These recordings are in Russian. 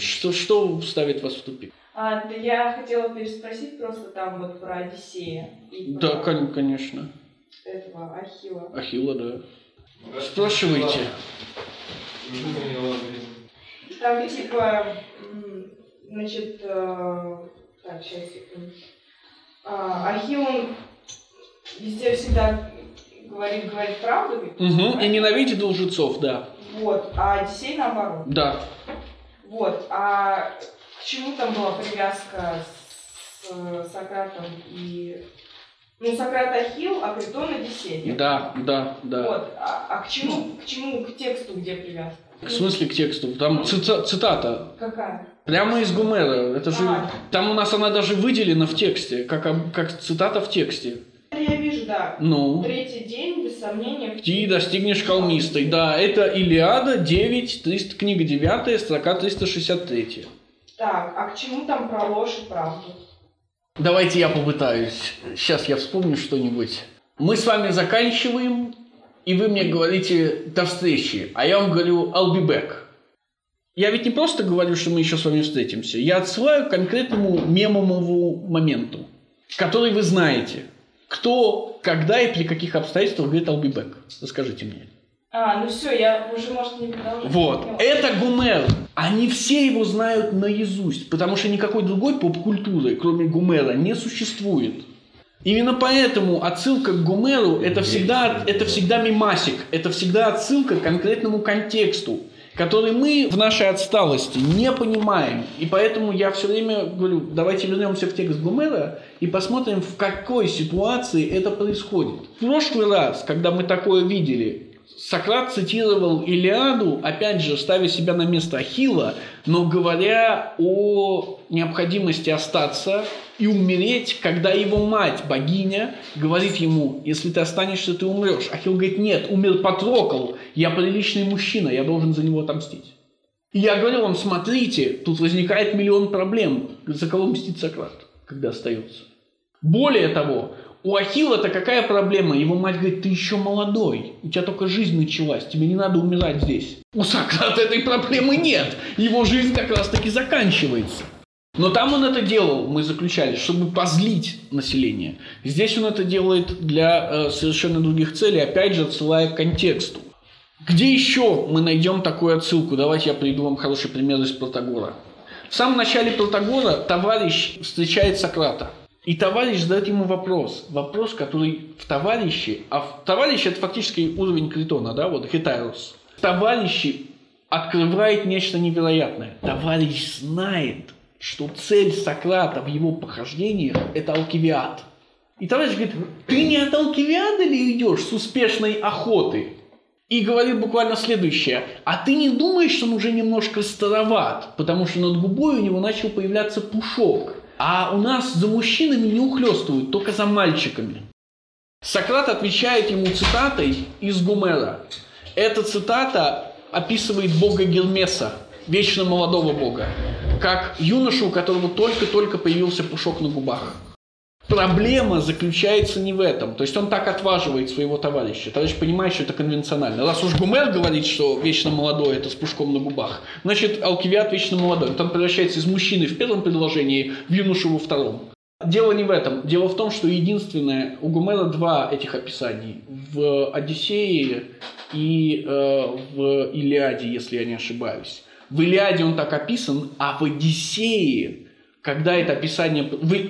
Что ставит вас в тупик? Да я хотела переспросить просто там вот про Одиссея. Да, конечно. Этого Ахилла. Ахилла, да. Спрашивайте. Там типа, значит, так, сейчас секунду. Ахилл, он везде всегда говорит правду. И ненавидит лжецов, да. Вот, а Одиссей наоборот. Да. Вот, а к чему там была привязка с Сократом и... Ну, Сократ Ахилл, а Критон Одиссей. Да. Вот, а к чему? К тексту где привязка? В смысле к тексту? Там цитата. Какая? Прямо из Гомера. Это же... Там у нас она даже выделена в тексте, как цитата в тексте. Я вижу, да. Ну. Третий день, без сомнения. Ты достигнешь холмистой. Да, это Илиада 9, книга 9, строка 363. Так, а к чему там про ложь и правду? Давайте я попытаюсь. Сейчас я вспомню что-нибудь. Мы с вами заканчиваем, и вы мне говорите «до встречи», а я вам говорю «I'll be back». Я ведь не просто говорю, что мы еще с вами встретимся. Я отсылаю к конкретному мемовому моменту, который вы знаете. Кто, когда и при каких обстоятельствах говорит «I'll be back». Расскажите мне. Ну все, я уже, может, не продолжу. Вот, это Гомер. Они все его знают наизусть, потому что никакой другой поп-культуры, кроме Гомера, не существует. Именно поэтому отсылка к Гомеру – это всегда мемасик, это всегда отсылка к конкретному контексту, который мы в нашей отсталости не понимаем. И поэтому я все время говорю, давайте вернемся в текст Гомера и посмотрим, в какой ситуации это происходит. В прошлый раз, когда мы такое видели, Сократ цитировал Илиаду, опять же, ставя себя на место Ахилла, но говоря о необходимости остаться и умереть, когда его мать, богиня, говорит ему, если ты останешься, ты умрешь. Ахилл говорит, нет, умер Патрокл, я приличный мужчина, я должен за него отомстить. И я говорю вам, смотрите, тут возникает миллион проблем, за кого мстит Сократ, когда остается. Более того, у Ахилла-то какая проблема? Его мать говорит, ты еще молодой, у тебя только жизнь началась, тебе не надо умирать здесь. У Сократа этой проблемы нет, его жизнь как раз-таки заканчивается. Но там он это делал, мы заключали, чтобы позлить население. Здесь он это делает для совершенно других целей, опять же отсылая к контексту. Где еще мы найдем такую отсылку? Давайте я приведу вам хороший пример из Протагора. В самом начале Протагора товарищ встречает Сократа. И товарищ задает ему вопрос, который в товарище, товарищ это фактически уровень Критона, да, вот Хетайрос. Товарищи открывает нечто невероятное. Товарищ знает, что цель Сократа в его похождениях это Алкивиад. И товарищ говорит, ты не от Алкивиада ли идешь с успешной охоты? И говорит буквально следующее, а ты не думаешь, что он уже немножко староват, потому что над губой у него начал появляться пушок. А у нас за мужчинами не ухлёстывают, только за мальчиками. Сократ отвечает ему цитатой из Гомера. Эта цитата описывает бога Гермеса, вечно молодого бога, как юношу, у которого только-только появился пушок на губах. Проблема заключается не в этом. То есть он так отваживает своего товарища. Товарищ понимает, что это конвенционально. Раз уж Гомер говорит, что вечно молодой это с пушком на губах, значит Алкивиад вечно молодой. Он превращается из мужчины в первом предложении в юношу во втором. Дело не в этом. Дело в том, что единственное, у Гомера два этих описаний. В Одиссее и в Илиаде, если я не ошибаюсь. В Илиаде он так описан, а в Одиссее... Когда это описание,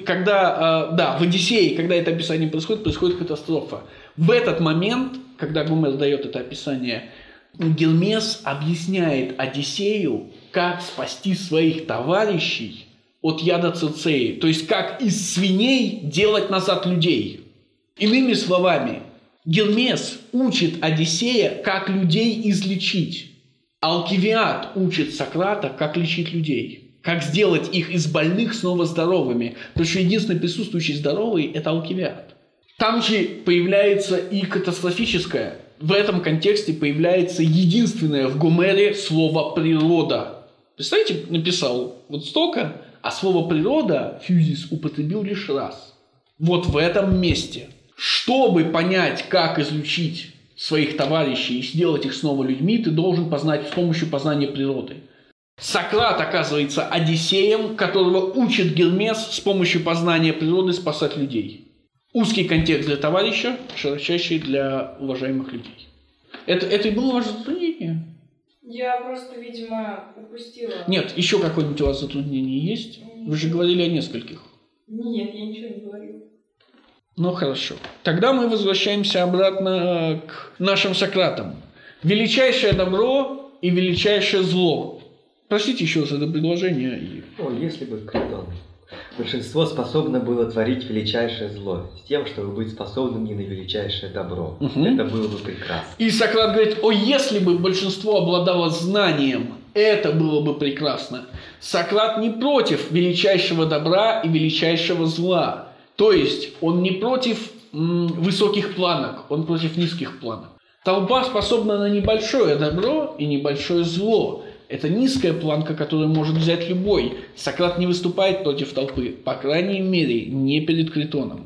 в Одиссее, когда это описание происходит катастрофа. В этот момент, когда Гомер дает это описание, Гермес объясняет Одиссею, как спасти своих товарищей от яда Цирцеи. То есть, как из свиней делать назад людей. Иными словами, Гермес учит Одиссея, как людей излечить. Алкивиад учит Сократа, как лечить людей. Как сделать их из больных снова здоровыми. Потому что единственный присутствующий здоровый – это Алкивиад. Там же появляется и катастрофическое. В этом контексте появляется единственное в Гомере слово «природа». Представляете, написал вот столько, а слово «природа» Фьюзис употребил лишь раз. Вот в этом месте. Чтобы понять, как излечить своих товарищей и сделать их снова людьми, ты должен познать с помощью познания природы. Сократ оказывается Одиссеем, которого учит Гермес с помощью познания природы спасать людей. Узкий контекст для товарища, широчайший для уважаемых людей. Это и было ваше затруднение? Я просто, видимо, упустила. Нет, еще какое-нибудь у вас затруднение есть? Вы же говорили о нескольких. Нет, я ничего не говорила. Ну хорошо. Тогда мы возвращаемся обратно к нашим Сократам. Величайшее добро и величайшее зло. Простите еще раз это предложение. Если бы Критон. Большинство способно было творить величайшее зло, с тем, чтобы быть способным и на величайшее добро. Это было бы прекрасно. И Сократ говорит, если бы большинство обладало знанием, это было бы прекрасно. Сократ не против величайшего добра и величайшего зла. То есть он не против высоких планок, он против низких планок. Толпа способна на небольшое добро и небольшое зло. Это низкая планка, которую может взять любой. Сократ не выступает против толпы, по крайней мере, не перед Критоном.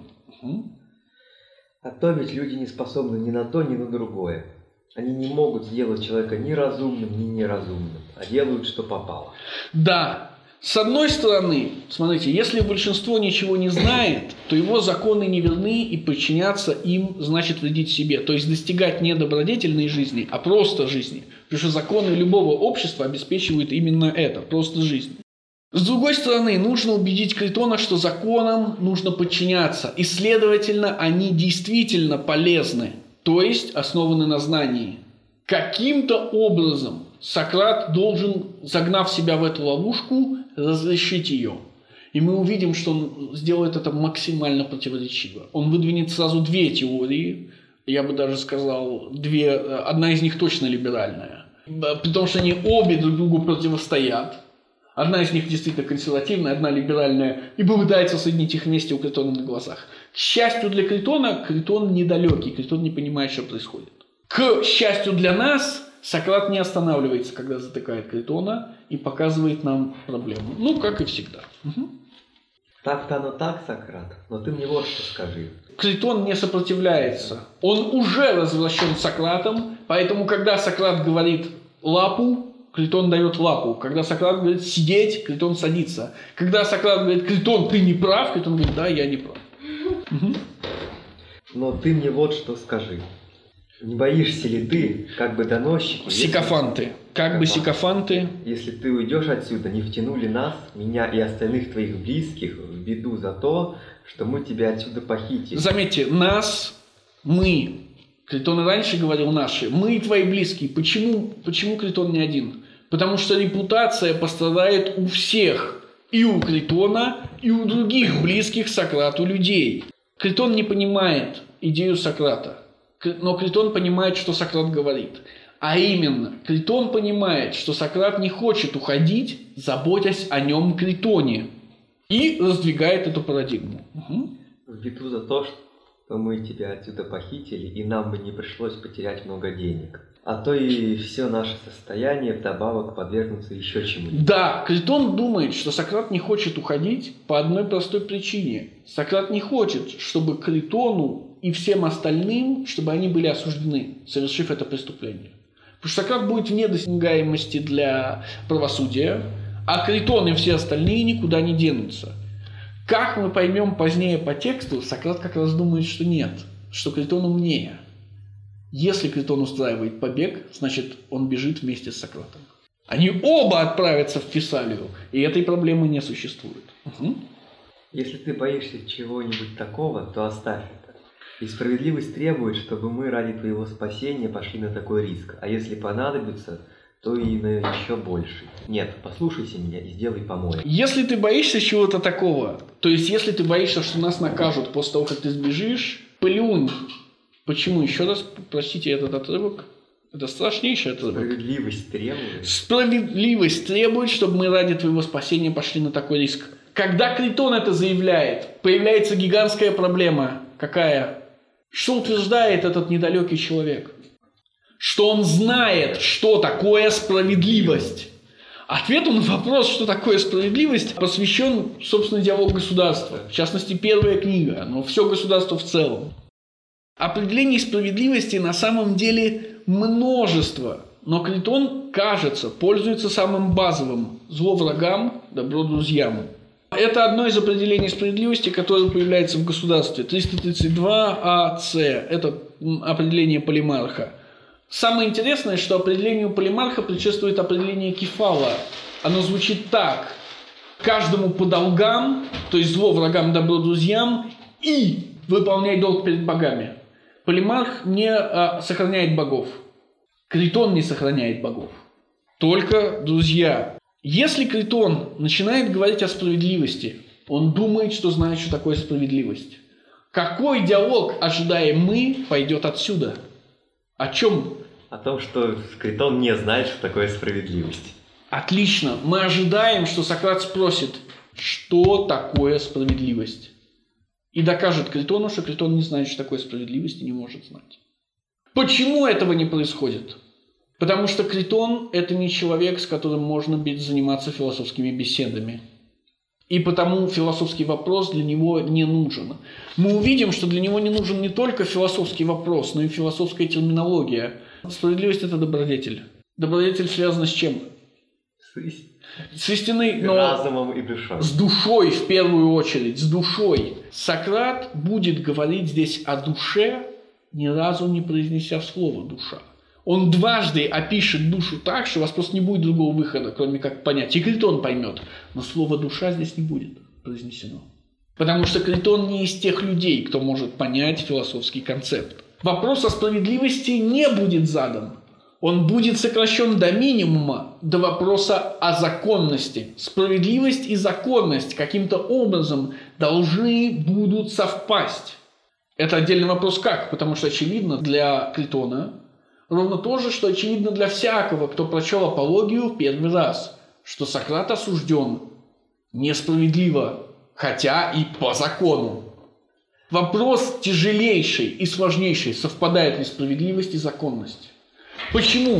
А то ведь люди не способны ни на то, ни на другое. Они не могут сделать человека ни разумным, ни неразумным, а делают, что попало. Да. С одной стороны, смотрите, если большинство ничего не знает, то его законы неверны, и подчиняться им значит вредить себе. То есть достигать не добродетельной жизни, а просто жизни. Потому что законы любого общества обеспечивают именно это, просто жизнь. С другой стороны, нужно убедить Критона, что законам нужно подчиняться. И, следовательно, они действительно полезны, то есть основаны на знании. Каким-то образом Сократ должен, загнав себя в эту ловушку, разрешить ее. И мы увидим, что он сделает это максимально противоречиво. Он выдвинет сразу две теории, я бы даже сказал, одна из них точно либеральная. При том, что они обе друг другу противостоят. Одна из них действительно консервативная, одна либеральная, и попытается соединить их вместе у Критона на глазах. К счастью для Критона, Критон недалекий, Критон не понимает, что происходит. К счастью для нас, Сократ не останавливается, когда затыкает Критона и показывает нам проблему. Как и всегда. Так-то оно так, Сократ, но ты мне вот что скажи. Критон не сопротивляется. Он уже развращен Сократом, поэтому, когда Сократ говорит лапу, Критон дает лапу. Когда Сократ говорит сидеть, Критон садится. Когда Сократ говорит, Критон, ты не прав, Критон говорит, да, я не прав. Но ты мне вот что скажи. Не боишься ли ты, как бы доносчики... Сикофанты. Сикофанты. Если ты уйдешь отсюда, не втянули нас, меня и остальных твоих близких в беду за то, что мы тебя отсюда похитили. Заметьте, нас, мы. Критон и раньше говорил наши. Мы и твои близкие. Почему Критон не один? Потому что репутация пострадает у всех. И у Критона, и у других близких Сократу людей. Критон не понимает идею Сократа. Но Критон понимает, что Сократ говорит. А именно, Критон понимает, что Сократ не хочет уходить, заботясь о нем Критоне. И раздвигает эту парадигму. В беду за то, что мы тебя отсюда похитили, и нам бы не пришлось потерять много денег. А то и все наше состояние вдобавок подвергнуться еще чему-нибудь. Да, Критон думает, что Сократ не хочет уходить по одной простой причине. Сократ не хочет, чтобы Критону и всем остальным, чтобы они были осуждены, совершив это преступление. Потому что Сократ будет вне досягаемости для правосудия, а Критон и все остальные никуда не денутся. Как мы поймем позднее по тексту, Сократ как раз думает, что нет, что Критон умнее. Если Критон устраивает побег, значит он бежит вместе с Сократом. Они оба отправятся в Фессалию, и этой проблемы не существует. Если ты боишься чего-нибудь такого, то оставь это. И справедливость требует, чтобы мы ради твоего спасения пошли на такой риск. А если понадобится, то и на еще больше. Нет, послушайся меня и сделай по-моему. Если ты боишься чего-то такого, то есть если ты боишься, что нас накажут после того, как ты сбежишь, плюнь. Почему? Еще раз, простите этот отрывок. Это страшнейший отрывок. Справедливость требует. Справедливость требует, чтобы мы ради твоего спасения пошли на такой риск. Когда Критон это заявляет, появляется гигантская проблема. Какая? Что утверждает этот недалекий человек? Что он знает, что такое справедливость. Ответу на вопрос, что такое справедливость, посвящен, собственно, диалогу государства. В частности, первая книга, но все государство в целом. Определений справедливости на самом деле множество. Но Критон, кажется, пользуется самым базовым – зло врагам, добро друзьям. Это одно из определений справедливости, которое появляется в государстве. 332 АЦ – это определение Полимарха. Самое интересное, что определению Полимарха предшествует определение Кефала. Оно звучит так: каждому по долгам, то есть зло врагам, добро друзьям, и выполняй долг перед богами. Полимарх не сохраняет богов. Критон не сохраняет богов. Только друзья. Если Критон начинает говорить о справедливости, он думает, что знает, что такое справедливость. Какой диалог, ожидаем мы, пойдет отсюда? О чем? О том, что Критон не знает, что такое справедливость. Отлично. Мы ожидаем, что Сократ спросит, что такое справедливость. И докажет Критону, что Критон не знает, что такое справедливость, и не может знать. Почему этого не происходит? Потому что Критон – это не человек, с которым можно заниматься философскими беседами. И потому философский вопрос для него не нужен. Мы увидим, что для него не нужен не только философский вопрос, но и философская терминология. Справедливость – это добродетель. Добродетель связана с чем? С истиной, но разумом и душой. С душой в первую очередь, с душой. Сократ будет говорить здесь о душе, ни разу не произнеся слово «душа». Он дважды опишет душу так, что у вас просто не будет другого выхода, кроме как понять. И Критон поймет, но слово «душа» здесь не будет произнесено. Потому что Критон не из тех людей, кто может понять философский концепт. Вопрос о справедливости не будет задан. Он будет сокращен до минимума, до вопроса о законности. Справедливость и законность каким-то образом должны будут совпасть. Это отдельный вопрос как, потому что очевидно для Критона ровно то же, что очевидно для всякого, кто прочел апологию в первый раз, что Сократ осужден несправедливо, хотя и по закону. Вопрос тяжелейший и сложнейший, совпадает ли справедливость и законность. Почему?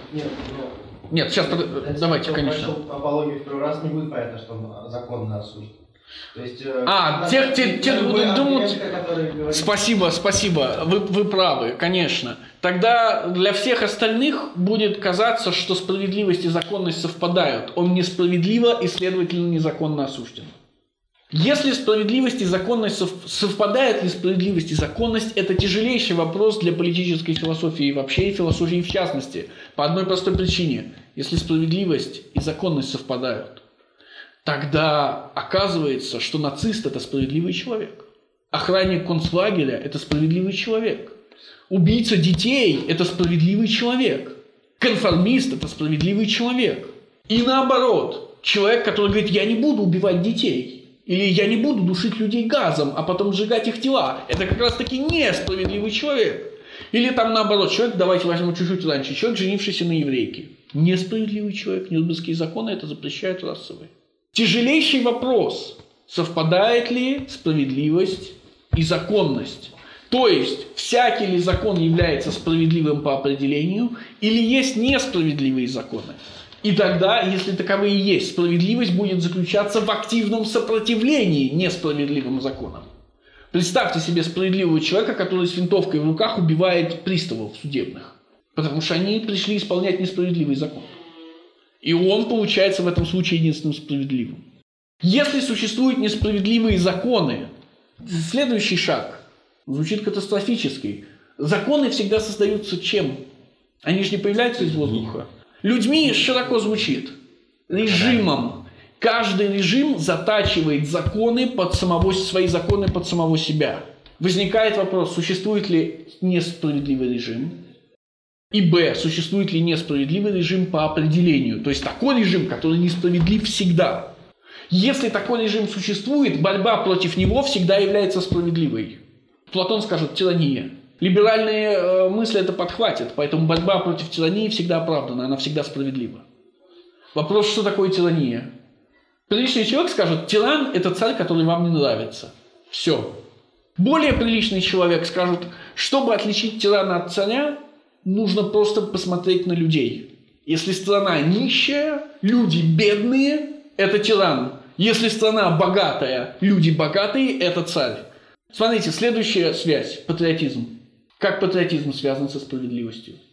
Нет, сейчас, давайте, конечно. Кто апологию в первый раз, не будет понятно, что он законно осужден. То есть, те будут думать... Спасибо, вы правы, конечно. Тогда для всех остальных будет казаться, что справедливость и законность совпадают. Он несправедливо и, следовательно, незаконно осужден. Если справедливость и законность совпадает ли справедливость и законность, это тяжелейший вопрос для политической философии вообще и философии в частности. По одной простой причине. Если справедливость и законность совпадают, тогда оказывается, что нацист – это справедливый человек. Охранник концлагеря – это справедливый человек. Убийца детей – это справедливый человек. Конформист – это справедливый человек. И наоборот, человек, который говорит, я не буду убивать детей, или я не буду душить людей газом, а потом сжигать их тела, это как раз-таки несправедливый человек. Или там наоборот, человек, давайте возьмем чуть-чуть раньше, человек, женившийся на еврейке. Несправедливый человек, Нюрнбергские законы это запрещают расовые. Тяжелейший вопрос, совпадает ли справедливость и законность. То есть, всякий ли закон является справедливым по определению, или есть несправедливые законы. И тогда, если таковые есть, справедливость будет заключаться в активном сопротивлении несправедливым законам. Представьте себе справедливого человека, который с винтовкой в руках убивает приставов судебных. Потому что они пришли исполнять несправедливый закон. И он получается в этом случае единственным справедливым. Если существуют несправедливые законы, следующий шаг звучит катастрофически. Законы всегда создаются чем? Они же не появляются из воздуха. Людьми широко звучит. Режимом. Каждый режим затачивает законы свои законы под самого себя. Возникает вопрос, существует ли несправедливый режим? И б, существует ли несправедливый режим по определению? То есть такой режим, который несправедлив всегда. Если такой режим существует, борьба против него всегда является справедливой. Платон скажет «тирания». Либеральные мысли это подхватят, поэтому борьба против тирании всегда оправдана, она всегда справедлива. Вопрос, что такое тирания? Приличный человек скажет, тиран – это царь, который вам не нравится. Все. Более приличный человек скажет, чтобы отличить тирана от царя, нужно просто посмотреть на людей. Если страна нищая, люди бедные – это тиран. Если страна богатая, люди богатые – это царь. Смотрите, следующая связь – патриотизм. Как патриотизм связан со справедливостью?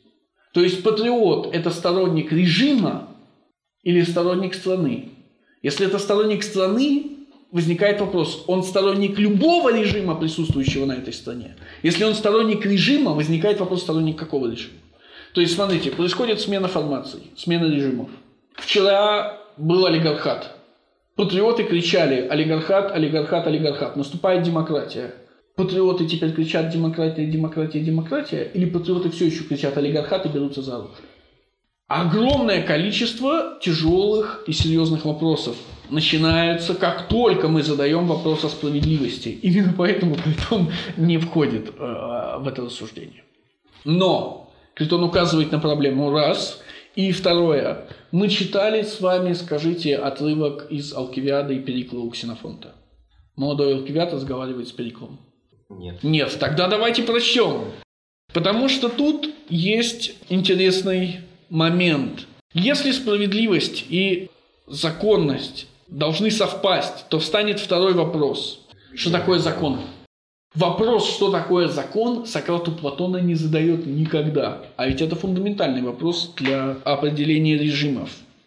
То есть патриот – это сторонник режима или сторонник страны? Если это сторонник страны, возникает вопрос, он сторонник любого режима, присутствующего на этой стране? Если он сторонник режима, возникает вопрос, сторонник какого режима? То есть, смотрите, происходит смена формаций, смена режимов. Вчера был олигархат. Патриоты кричали «олигархат, олигархат, олигархат». Наступает демократия. Патриоты теперь кричат «демократия, демократия, демократия», или патриоты все еще кричат «олигархат» и берутся за руки? Огромное количество тяжелых и серьезных вопросов начинается, как только мы задаем вопрос о справедливости. Именно поэтому Критон не входит в это рассуждение. Но Критон указывает на проблему раз. И второе. Мы читали с вами, скажите, отрывок из Алкивиада и Перикла у Ксенофонта. Молодой Алкивиад разговаривает с Периклом. Нет. Нет, тогда давайте прочтем. Потому что тут есть интересный момент. Если справедливость и законность должны совпасть, то встанет второй вопрос. Что такое закон? Вопрос, что такое закон, Сократ у Платона не задает никогда. А ведь это фундаментальный вопрос для определения режимов.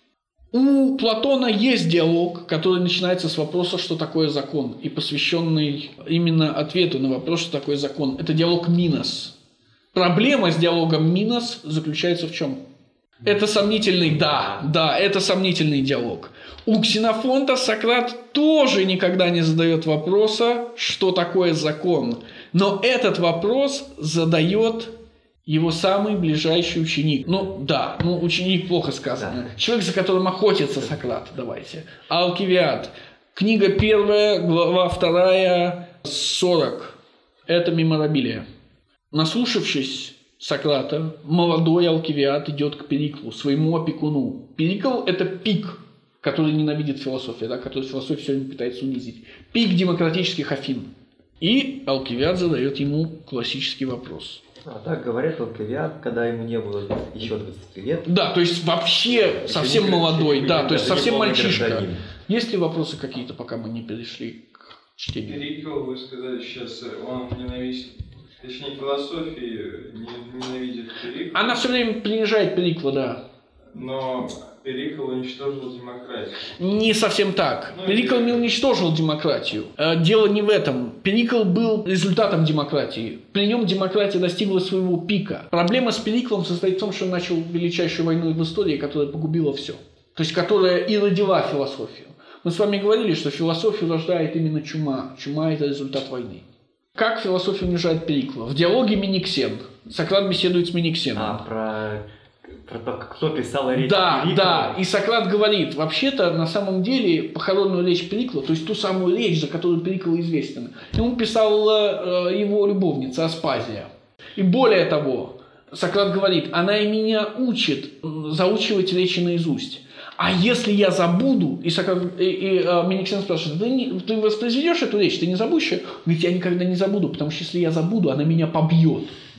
У Платона есть диалог, который начинается с вопроса, что такое закон, и посвященный именно ответу на вопрос, что такое закон. Это диалог Минос. Проблема с диалогом Минос заключается в чем? Это сомнительный, это сомнительный диалог. У Ксенофонта Сократ тоже никогда не задает вопроса, что такое закон. Но этот вопрос задает его самый ближайший ученик. Ученик плохо сказано. Человек, за которым охотится Сократ, давайте. Алкивиад. Книга 1, глава 2, 40. Это меморабилия. Наслушавшись Сократа, молодой Алкивиад идет к Периклу, своему опекуну. Перикл – это пик, который ненавидит философию, который философию все время пытается унизить. Пик демократических Афин. И Алкивиад задает ему классический вопрос. А так говорят Алкивиад, когда ему не было еще 20 лет. Да, то есть вообще совсем молодой, то есть совсем мальчишка. Гражданин. Есть ли вопросы какие-то, пока мы не перешли к чтению? Перикл, вы сказали сейчас, он ненавидит, точнее философии ненавидит Перикла. Она все время принижает Перикла, да. Но Перикл уничтожил демократию. Не совсем так. Перикл не уничтожил демократию. Дело не в этом. Перикл был результатом демократии. При нем демократия достигла своего пика. Проблема с Периклом состоит в том, что он начал величайшую войну в истории, которая погубила все. То есть, которая и родила философию. Мы с вами говорили, что философию рождает именно чума. Чума – это результат войны. Как философия унижает Перикла? В диалоге Мениксен. Сократ беседует с Мениксеном. Про то, кто писал речь Перикла. Перикла. Да, и Сократ говорит, вообще-то, на самом деле, похоронную речь Перикла, то есть ту самую речь, за которую Перикл известен, ему писала его любовница Аспазия. И более того, Сократ говорит, она и меня учит заучивать речи наизусть. А если я забуду, и Мениксен спрашивает, ты воспроизведешь эту речь, ты не забудешь ее? Он говорит, я никогда не забуду, потому что если я забуду, она меня побьет.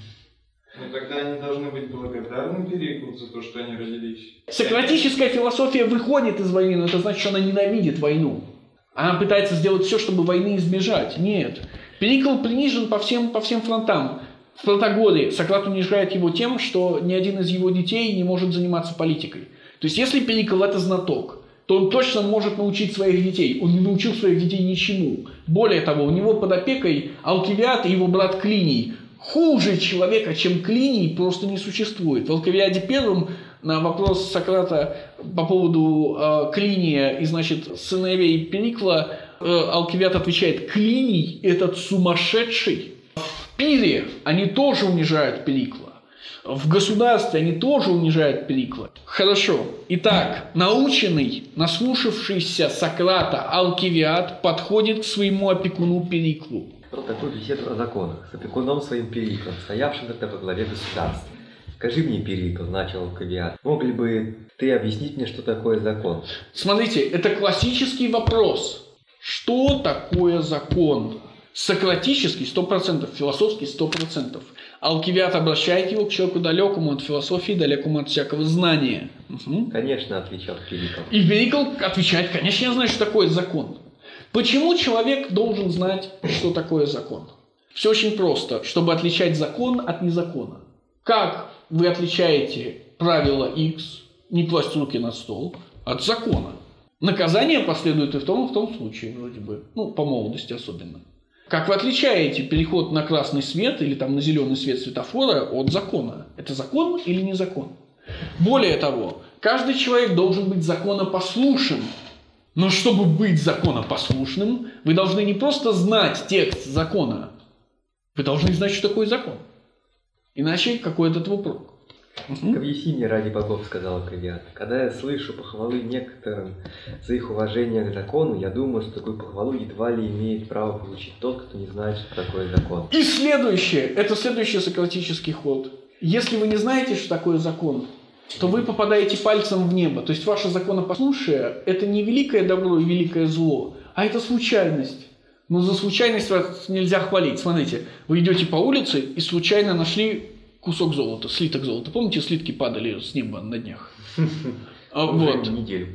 Но тогда они должны быть благодарны Периклу за то, что они родились. Сократическая философия выходит из войны, но это значит, что она ненавидит войну. Она пытается сделать все, чтобы войны избежать. Нет. Перикл принижен по всем фронтам. В Протагоре Сократ унижает его тем, что ни один из его детей не может заниматься политикой. То есть, если Перикл – это знаток, то он точно может научить своих детей. Он не научил своих детей ничему. Более того, у него под опекой Алкивиад и его брат Клиний. Хуже человека, чем Клиний, просто не существует. В Алкивиаде первом на вопрос Сократа по поводу Клиния и, сыновей Перикла, Алкивиад отвечает, Клиний – этот сумасшедший. В пире они тоже унижают Перикла. В государстве они тоже унижают Перикла. Хорошо. Итак, наученный, наслушавшийся Сократа Алкивиад подходит к своему опекуну Периклу. Такую беседу о законах с опекуном своим Периклом, стоявшим тогда во главе государства. Скажи мне, Перикл, начал Алкивиад, мог ли бы ты объяснить мне, что такое закон? Смотрите, это классический вопрос. Что такое закон? Сократический 100%, философский 100%. Алкивиад обращает его к человеку далекому от философии, далекому от всякого знания. Угу. Конечно, отвечал Перикл. И Перикл отвечает, конечно, я знаю, что такое закон. Почему человек должен знать, что такое закон? Все очень просто, чтобы отличать закон от незакона. Как вы отличаете правило X, не класть руки на стол, от закона? Наказание последует и в том случае, вроде бы. Ну, по молодости особенно. Как вы отличаете переход на красный свет или там на зеленый свет светофора от закона? Это закон или не закон? Более того, каждый человек должен быть законопослушен. Но чтобы быть законопослушным, вы должны не просто знать текст закона, вы должны знать, что такое закон. Иначе какой от этого прок? К объяснению ради богов, сказал Кавиат. Когда я слышу похвалы некоторым за их уважение к закону, я думаю, что такую похвалу едва ли имеет право получить тот, кто не знает, что такое закон. И следующее, это следующий сократический ход. Если вы не знаете, что такое закон, то вы попадаете пальцем в небо. То есть ваше законопослушие – это не великое добро и великое зло, а это случайность. Но за случайность вас нельзя хвалить. Смотрите, вы идете по улице и случайно нашли кусок золота, слиток золота. Помните, слитки падали с неба на днях? Вот. Неделю.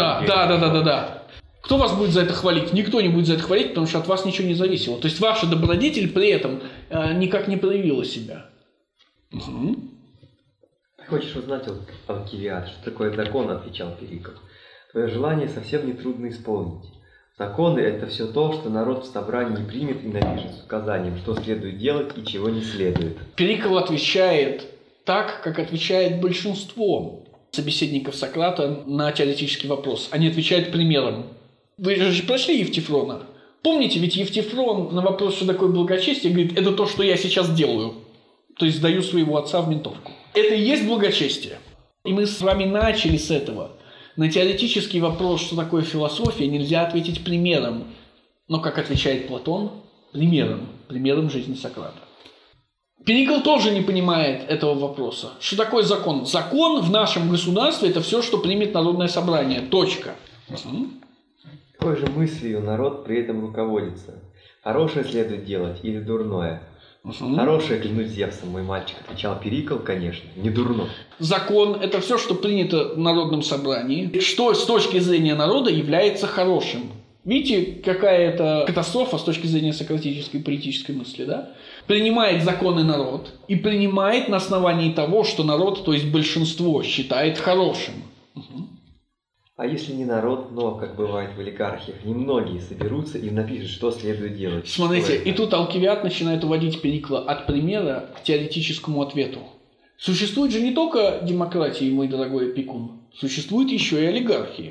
Да. Кто вас будет за это хвалить? Никто не будет за это хвалить, потому что от вас ничего не зависело. То есть ваша добродетель при этом никак не проявила себя. Угу. Хочешь узнать, Алкивиад, что такое закон, отвечал Перикл. Твое желание совсем нетрудно исполнить. Законы – это все то, что народ в собрании примет и напишет с указанием, что следует делать и чего не следует. Перикл отвечает так, как отвечает большинство собеседников Сократа на теоретический вопрос. Они отвечают примером. Вы же прошли Евтифрона. Помните, ведь Евтифрон на вопрос, что такое благочестие, говорит, это то, что я сейчас делаю. То есть сдаю своего отца в ментовку. Это и есть благочестие. И мы с вами начали с этого. На теоретический вопрос, что такое философия, нельзя ответить примером. Но, как отвечает Платон, примером жизни Сократа. Перикл тоже не понимает этого вопроса. Что такое закон? Закон в нашем государстве – это все, что примет народное собрание. Точка. Какой же мыслью народ при этом руководится? Хорошее следует делать или дурное? Хорошее, клянусь Зевсом, мой мальчик, отвечал Перикл, конечно, не дурно. Закон – это все, что принято в народном собрании, что с точки зрения народа является хорошим. Видите, какая это катастрофа с точки зрения сократической политической мысли, да? Принимает законы народ и принимает на основании того, что народ, то есть большинство, считает хорошим. А если не народ, но, как бывает в олигархиях, немногие соберутся и напишут, что следует делать? Смотрите, и тут Алкивиад начинает уводить Перикла от примера к теоретическому ответу. Существует же не только демократия, мой дорогой опекун, существует еще и олигархия.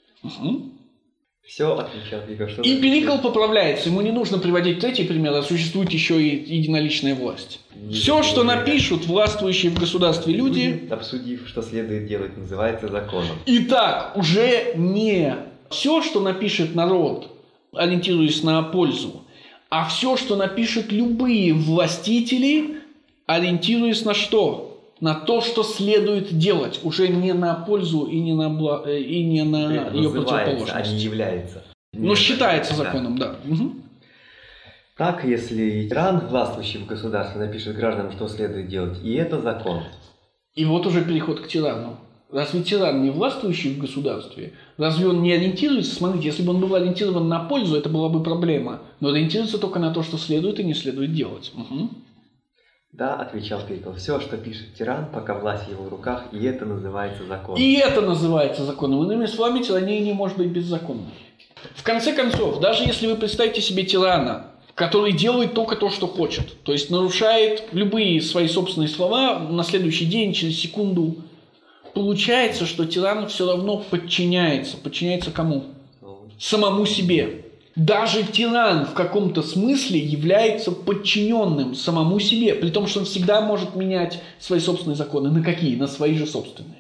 Все, отвечал Перикл. И Перикл поправляется, ему не нужно приводить третий пример, а существует еще и единоличная власть. Все, что напишут властвующие в государстве люди, обсудив, что следует делать, называется законом. Итак, уже не все, что напишет народ, ориентируясь на пользу, а все, что напишут любые властители, ориентируясь на что? На то, что следует делать, уже не на пользу и не на ее противоположность. А не является. Но считается законом, да. Так, если тиран, властвующий в государстве, напишет гражданам, что следует делать, и это закон. И вот уже переход к тирану. Разве тиран не властвующий в государстве? Разве он не ориентируется? Смотрите, если бы он был ориентирован на пользу, это была бы проблема. Но ориентируется только на то, что следует и не следует делать. Да, отвечал Перикл, все, что пишет тиран, пока власть в его руках, и это называется законом. И это называется законом. Иными словами, тирания не может быть беззаконной. В конце концов, даже если вы представите себе тирана, который делает только то, что хочет, то есть нарушает любые свои собственные слова на следующий день, через секунду, получается, что тиран все равно подчиняется. Подчиняется кому? Самому себе. Даже тиран в каком-то смысле является подчиненным самому себе, при том, что он всегда может менять свои собственные законы. На какие? На свои же собственные.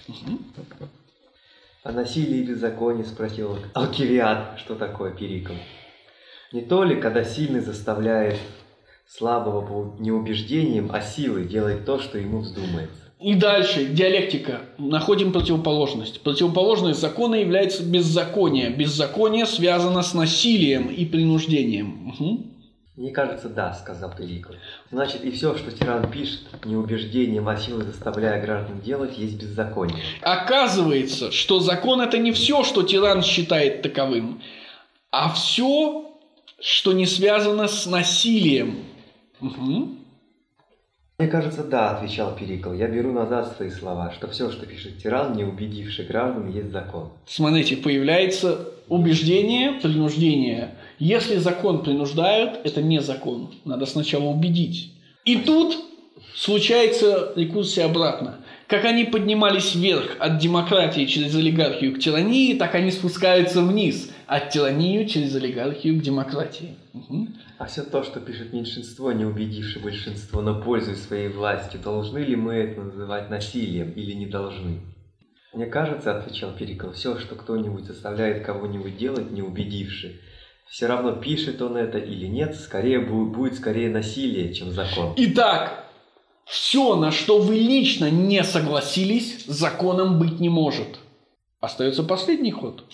О насилии и беззаконии спросил Алкивиад, что такое Перикл. Не то ли, когда сильный заставляет слабого не убеждением, а силой делать то, что ему вздумается? И дальше, диалектика. Находим противоположность. Противоположность закона является беззаконие. Беззаконие связано с насилием и принуждением. Мне кажется, да, сказал Перикл. Значит, и все, что тиран пишет, не убеждением, а силой заставляя граждан делать, есть беззаконие. Оказывается, что закон – это не все, что тиран считает таковым, а все, что не связано с насилием. Мне кажется, да, отвечал Перикл. Я беру назад свои слова, что все, что пишет тиран, не убедивший граждан, есть закон. Смотрите, появляется убеждение, принуждение. Если закон принуждают, это не закон. Надо сначала убедить. И тут случается рекурсия обратно. Как они поднимались вверх от демократии через олигархию к тирании, так они спускаются вниз от тирании через олигархию к демократии. Угу. А все то, что пишет меньшинство, не убедившее большинство, но пользуясь своей властью, должны ли мы это называть насилием или не должны? Мне кажется, отвечал Перикл, все, что кто-нибудь заставляет кого-нибудь делать, не убедивший, все равно пишет он это или нет, скорее будет скорее насилие, чем закон. Итак, все, на что вы лично не согласились, законом быть не может. Остается последний ход.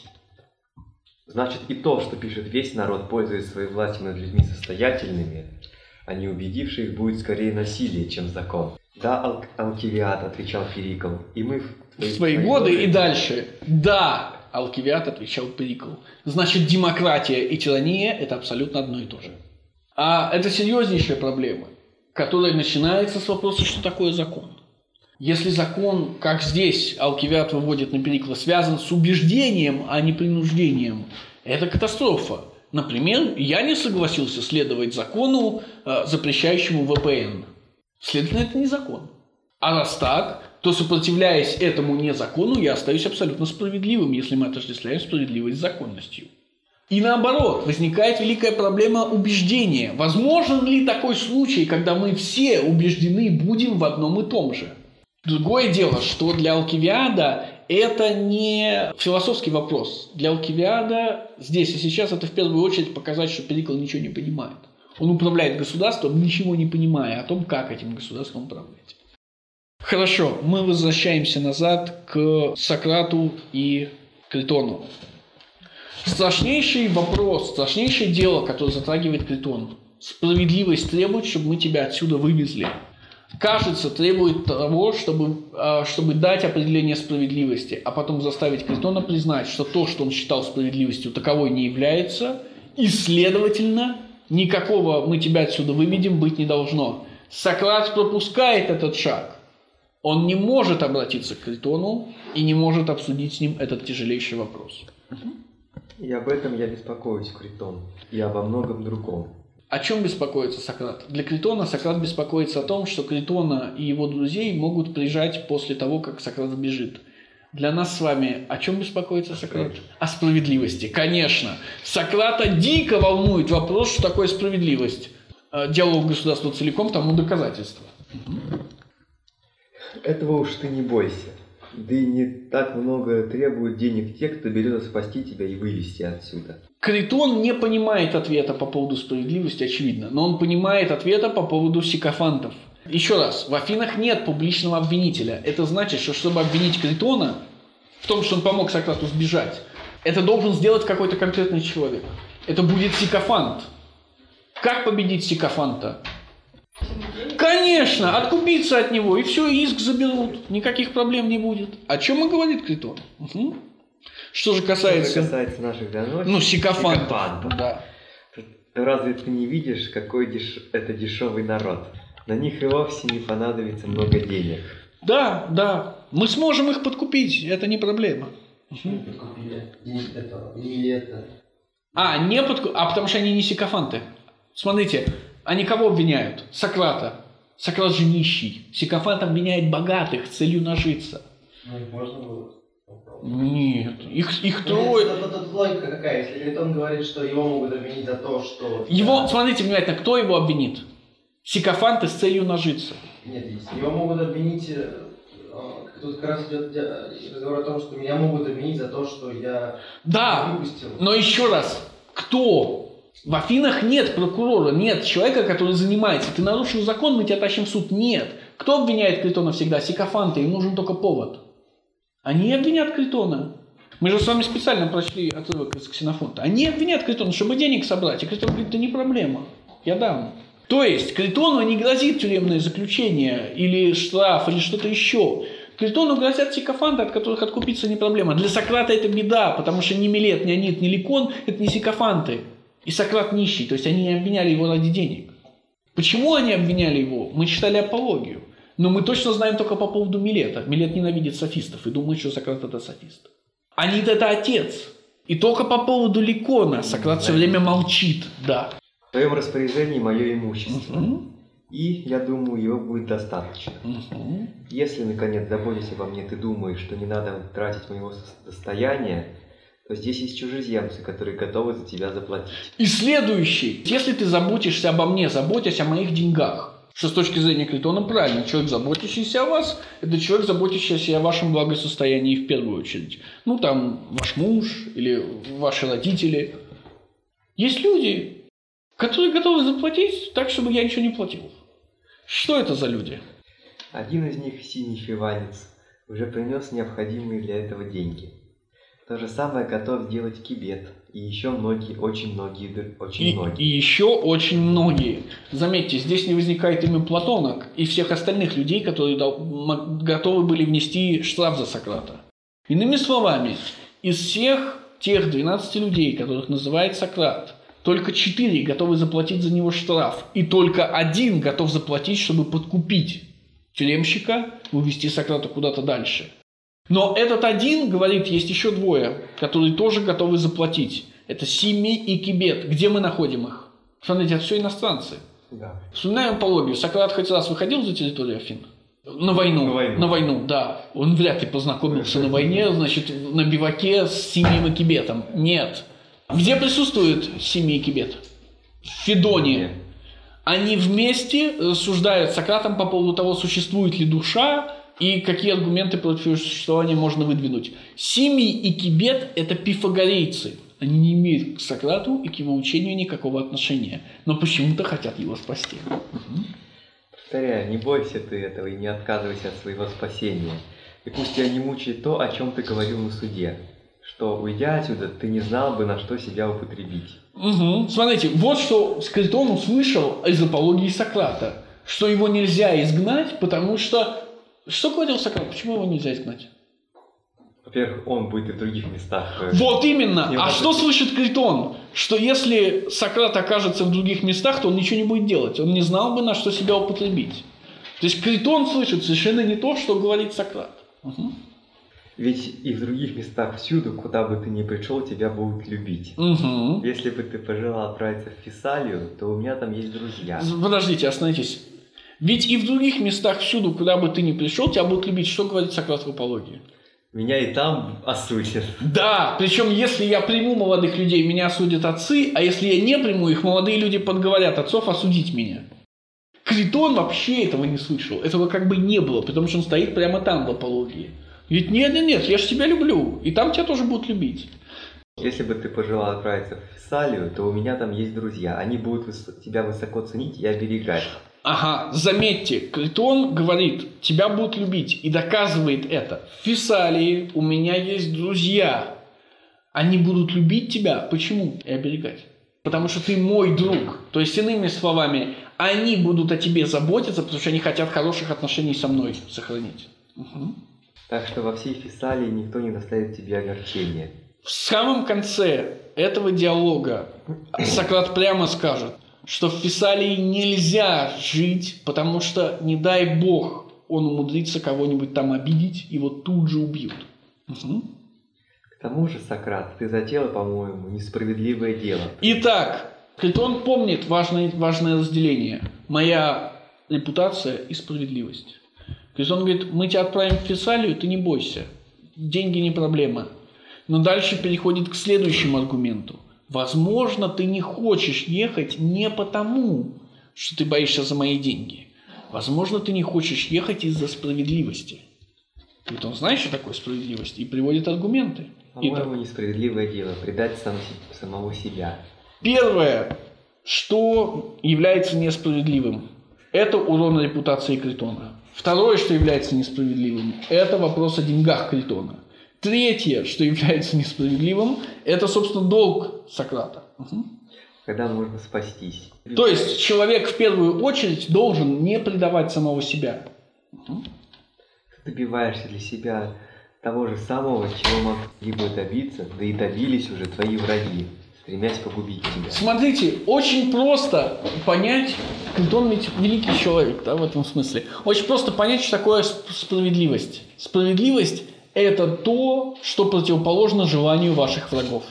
Значит, и то, что пишет весь народ, пользуясь своей властью над людьми состоятельными, а не убедивший их, будет скорее насилие, чем закон. Да, Алкивиад, отвечал Перикл, и мы в свои годы и дальше. Да, Алкивиад, отвечал Перикл. Значит, демократия и тирания – это абсолютно одно и то же. А это серьезнейшая проблема, которая начинается с вопроса, что такое закон. Если закон, как здесь Алкивиад выводит на Перикла, связан с убеждением, а не принуждением, это катастрофа. Например, я не согласился следовать закону, запрещающему ВПН. Следовательно, это не закон. А раз так, то, сопротивляясь этому незакону, я остаюсь абсолютно справедливым, если мы отождествляем справедливость с законностью. И наоборот, возникает великая проблема убеждения. Возможен ли такой случай, когда мы все убеждены будем в одном и том же? Другое дело, что для Алкивиада это не философский вопрос. Для Алкивиада здесь и сейчас это в первую очередь показать, что Перикл ничего не понимает. Он управляет государством, ничего не понимая о том, как этим государством управлять. Хорошо, мы возвращаемся назад к Сократу и Критону. Страшнейший вопрос, страшнейшее дело, которое затрагивает Критон. Справедливость требует, чтобы мы тебя отсюда вывезли. Кажется, требует того, чтобы дать определение справедливости, а потом заставить Критона признать, что то, что он считал справедливостью, таковой не является, и, следовательно, никакого «мы тебя отсюда выведем» быть не должно. Сократ пропускает этот шаг. Он не может обратиться к Критону и не может обсудить с ним этот тяжелейший вопрос. И об этом я беспокоюсь, Критон, и обо многом другом. О чем беспокоится Сократ? Для Критона Сократ беспокоится о том, что Критона и его друзей могут прижать после того, как Сократ сбежит. Для нас с вами о чем беспокоится Сократ? О справедливости, конечно. Сократа дико волнует вопрос, что такое справедливость. Диалог государства целиком тому доказательство. Этого уж ты не бойся. Да и не так много требуют денег те, кто берется спасти тебя и вывести отсюда. Критон не понимает ответа по поводу справедливости, очевидно, но он понимает ответа по поводу сикофантов. Еще раз, в Афинах нет публичного обвинителя. Это значит, что чтобы обвинить Критона в том, что он помог Сократу сбежать, это должен сделать какой-то конкретный человек. Это будет сикофант. Как победить сикофанта? Конечно, откупиться от него, и все, иск заберут. Никаких проблем не будет. О чем и говорит Критон. Угу. Что же касается наших доносчиков, сикофантов. Да. Разве ты не видишь, какой это дешевый народ? На них и вовсе не понадобится много денег. Да, да. Мы сможем их подкупить, это не проблема. Потому что они не сикофанты. Смотрите, они кого обвиняют? Сократа. Сократ же нищий. Сикофант обвиняет богатых с целью нажиться. Ну, их можно было. Нет, их трое. Тут логика какая? Если Критон говорит, что его могут обвинить за то, что... Смотрите внимательно, кто его обвинит? Сикофанты с целью нажиться. Нет, его могут обвинить... Тут как раз идет разговор о том, что меня могут обвинить за то, что я выпустил. Но еще раз, кто? В Афинах нет прокурора, нет человека, который занимается. Ты нарушил закон, мы тебя тащим в суд. Нет. Кто обвиняет Критона всегда? Сикофанты, им нужен только повод. Они обвинят Критона. Мы же с вами специально прочли отрывок из Ксенофонта. Они обвинят Критона, чтобы денег собрать. И Критон говорит, да не проблема, я дам. То есть Критону не грозит тюремное заключение или штраф, или что-то еще. Критону грозят сикофанты, от которых откупиться не проблема. Для Сократа это беда, потому что ни Милет, ни Анит, ни Ликон – это не сикофанты. И Сократ нищий, то есть они не обвиняли его ради денег. Почему они обвиняли его? Мы читали апологию. Но мы точно знаем только по поводу Милета. Милет ненавидит софистов и думает, что Сократ это софист. Анит это отец. И только по поводу Ликона Сократ все время молчит. Да. В твоем распоряжении мое имущество. И, я думаю, его будет достаточно. Если, наконец, заботясь обо мне, ты думаешь, что не надо тратить моего состояния, то здесь есть чужеземцы, которые готовы за тебя заплатить. И следующий. Если ты заботишься обо мне, заботясь о моих деньгах. Что с точки зрения Критона правильно. Человек, заботящийся о вас, это человек, заботящийся о вашем благосостоянии в первую очередь. Ну, там, ваш муж или ваши родители. Есть люди, которые готовы заплатить так, чтобы я ничего не платил. Что это за люди? Один из них, синий фиванец, уже принес необходимые для этого деньги. То же самое готов сделать Кибет. И еще многие, очень многие. И еще очень многие. Заметьте, здесь не возникает имя Платонок и всех остальных людей, которые готовы были внести штраф за Сократа. Иными словами, из всех тех 12 людей, которых называет Сократ, только 4 готовы заплатить за него штраф. И только 1 готов заплатить, чтобы подкупить тюремщика, увести Сократа куда-то дальше. Но этот 1 говорит, есть еще 2, которые тоже готовы заплатить. Это Симий и Кибет. Где мы находим их? Смотрите, это все иностранцы. Да. Вспоминаем апологию. Сократ хоть раз выходил за территорию Афин? На войну, да. Он вряд ли познакомился на войне, значит, на биваке с Симием и Кибетом. Нет. Где присутствует Симий и Кибет? В Федоне. Они вместе рассуждают с Сократом по поводу того, существует ли душа, и какие аргументы против ее существования можно выдвинуть. Симий и Кибет – это пифагорейцы. Они не имеют к Сократу и к его учению никакого отношения. Но почему-то хотят его спасти. Повторяю, не бойся ты этого и не отказывайся от своего спасения. И пусть тебя не мучает то, о чем ты говорил на суде. Что, уйдя отсюда, ты не знал бы, на что себя употребить. Смотрите, вот что Критон услышал из апологии Сократа. Что его нельзя изгнать, потому что... Что говорил Сократ? Почему его нельзя изгнать? Во-первых, он будет и в других местах. Вот именно. А что слышит Критон? Что если Сократ окажется в других местах, то он ничего не будет делать. Он не знал бы, на что себя употребить. То есть Критон слышит совершенно не то, что говорит Сократ. Ведь и в других местах всюду, куда бы ты ни пришел, тебя будут любить. Если бы ты пожелал отправиться в Фессалию, то у меня там есть друзья. Подождите, остановитесь. Ведь и в других местах всюду, куда бы ты ни пришел, тебя будут любить. Что говорит Сократ в апологии? Меня и там осудят. Да, причем если я приму молодых людей, меня осудят отцы, а если я не приму их, молодые люди подговорят отцов осудить меня. Критон вообще этого не слышал. Этого как бы не было, потому что он стоит прямо там в апологии. Говорит, нет, я же тебя люблю, и там тебя тоже будут любить. Если бы ты пожелал отправиться в Фессалию, то у меня там есть друзья. Они будут тебя высоко ценить и оберегать. Ага, заметьте, Критон говорит, тебя будут любить и доказывает это. В Фессалии у меня есть друзья. Они будут любить тебя. Почему? И оберегать. Потому что ты мой друг. То есть, иными словами, они будут о тебе заботиться, потому что они хотят хороших отношений со мной сохранить. Так что во всей Фессалии никто не доставит тебе огорчения. В самом конце этого диалога Сократ прямо скажет, что в Фессалии нельзя жить, потому что, не дай бог, он умудрится кого-нибудь там обидеть, его тут же убьют. К тому же, Сократ, ты затеял, по-моему, несправедливое дело. Итак, Критон помнит важное разделение. Моя репутация и справедливость. Критон говорит, мы тебя отправим в Фессалию, ты не бойся. Деньги не проблема. Но дальше переходит к следующему аргументу. Возможно, ты не хочешь ехать не потому, что ты боишься за мои деньги. Возможно, ты не хочешь ехать из-за справедливости. Ведь он знает, что такое справедливость, и приводит аргументы. По-моему, несправедливое дело предать самого себя. Первое, что является несправедливым, это урон репутации Критона. Второе, что является несправедливым, это вопрос о деньгах Критона. Третье, что является несправедливым, это, собственно, долг Сократа. Когда можно спастись. То есть человек в первую очередь должен не предавать самого себя. Ты добиваешься для себя того же самого, чего могли бы добиться, да и добились уже твои враги. стремясь погубить тебя. Смотрите, очень просто понять, Критон ведь великий человек, да, в этом смысле. Очень просто понять, что такое справедливость. Справедливость – это то, что противоположно желанию ваших врагов.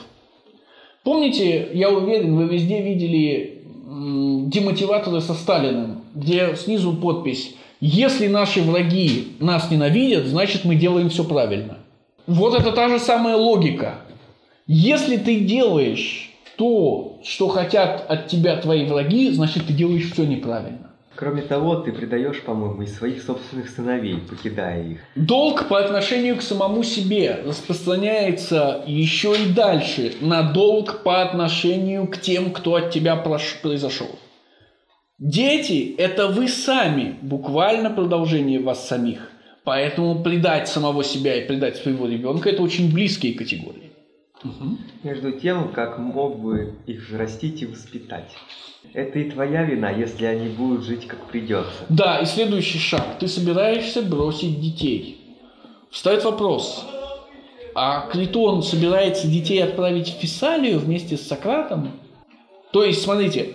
Помните, я уверен, вы везде видели демотиваторы со Сталиным, где снизу подпись «Если наши враги нас ненавидят, значит мы делаем все правильно». Вот это та же самая логика. Если ты делаешь то, что хотят от тебя твои враги, значит ты делаешь все неправильно. Кроме того, ты предаешь, по-моему, и своих собственных сыновей, покидая их. Долг по отношению к самому себе распространяется еще и дальше на долг по отношению к тем, кто от тебя произошел. Дети – это вы сами, буквально продолжение вас самих. Поэтому предать самого себя и предать своего ребенка – это очень близкие категории. Между тем, как мог бы их взрастить и воспитать. Это и твоя вина, если они будут жить как придется. Да, и следующий шаг. Ты собираешься бросить детей. Встает вопрос. А Критон собирается детей отправить в Фессалию вместе с Сократом? То есть, смотрите,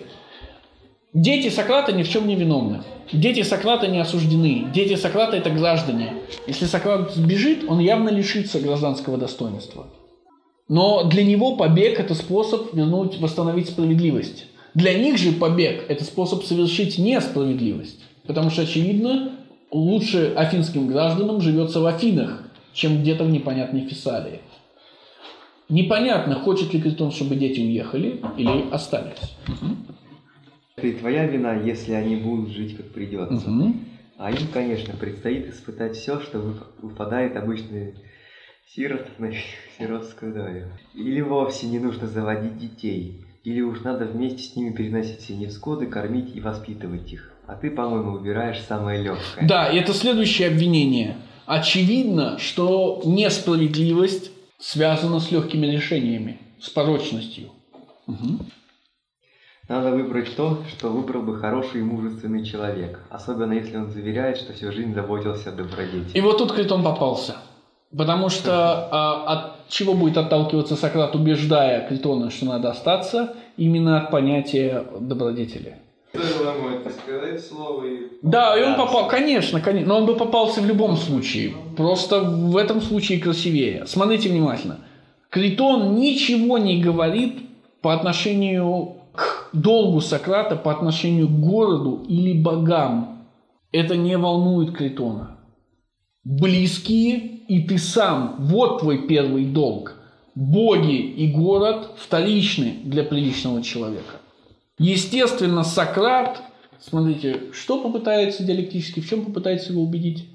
дети Сократа ни в чем не виновны. Дети Сократа не осуждены. Дети Сократа – это граждане. Если Сократ сбежит, он явно лишится гражданского достоинства. Но для него побег – это способ восстановить справедливость. Для них же побег – это способ совершить несправедливость. Потому что, очевидно, лучше афинским гражданам живется в Афинах, чем где-то в непонятной Фессалии. Непонятно, хочет ли Критон, чтобы дети уехали или остались. Это и твоя вина, если они будут жить как придется. А им, конечно, предстоит испытать все, что выпадает обычной сирот на сиротскую долю. Или вовсе не нужно заводить детей. Или уж надо вместе с ними переносить все невзгоды, кормить и воспитывать их. А ты, по-моему, выбираешь самое легкое. Да, и это следующее обвинение. Очевидно, что несправедливость связана с легкими решениями, с порочностью. Надо выбрать то, что выбрал бы хороший и мужественный человек. Особенно если он заверяет, что всю жизнь заботился о добродетели. И вот тут Критон попался. Потому что от чего будет отталкиваться Сократ, убеждая Критона, что надо остаться, именно от понятия добродетели. Стоило ему это сказать слово и... Да, и он попал, конечно, но он бы попался в любом случае. Просто в этом случае красивее. Смотрите внимательно. Критон ничего не говорит по отношению к долгу Сократа, по отношению к городу или богам. Это не волнует Критона. Близкие и ты сам. Вот твой первый долг. Боги и город вторичны для приличного человека. Естественно, Сократ, смотрите, что попытается диалектически, в чем попытается его убедить?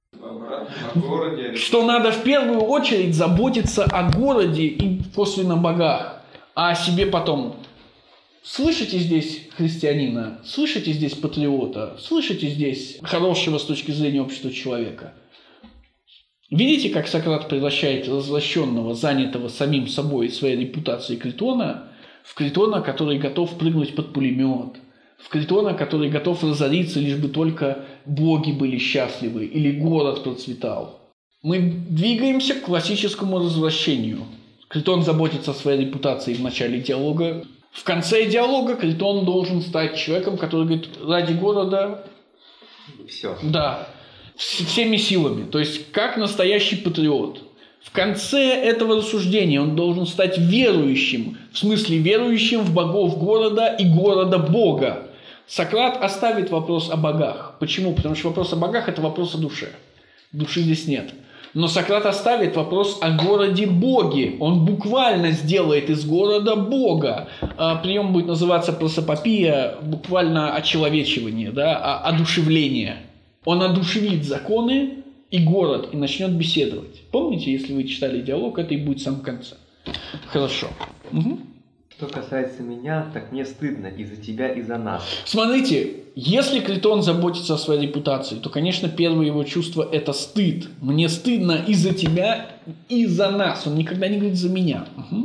О городе. Что надо в первую очередь заботиться о городе и косвенно богах, а о себе потом. Слышите здесь христианина, слышите здесь патриота, слышите здесь хорошего с точки зрения общества человека. Видите, как Сократ превращает развращенного, занятого самим собой и своей репутацией Критона в Критона, который готов прыгнуть под пулемет, в Критона, который готов разориться, лишь бы только боги были счастливы или город процветал. Мы двигаемся к классическому развращению. Критон заботится о своей репутации в начале диалога. В конце диалога Критон должен стать человеком, который говорит, ради города... Все. Да. Всеми силами, то есть как настоящий патриот. В конце этого рассуждения он должен стать верующим, в смысле верующим в богов города и города Бога. Сократ оставит вопрос о богах. Почему? Потому что вопрос о богах – это вопрос о душе. Души здесь нет. Но Сократ оставит вопрос о городе Боге. Он буквально сделает из города Бога. Прием будет называться просопопия, буквально очеловечивание, да, одушевление. Он одушевит законы и город и начнет беседовать. Помните, если вы читали диалог, это и будет в самом конце. Хорошо. Что касается меня, так мне стыдно и за тебя, и за нас. Смотрите, если Критон заботится о своей репутации, то, конечно, первое его чувство – это стыд. Мне стыдно и за тебя, и за нас. Он никогда не говорит «за меня».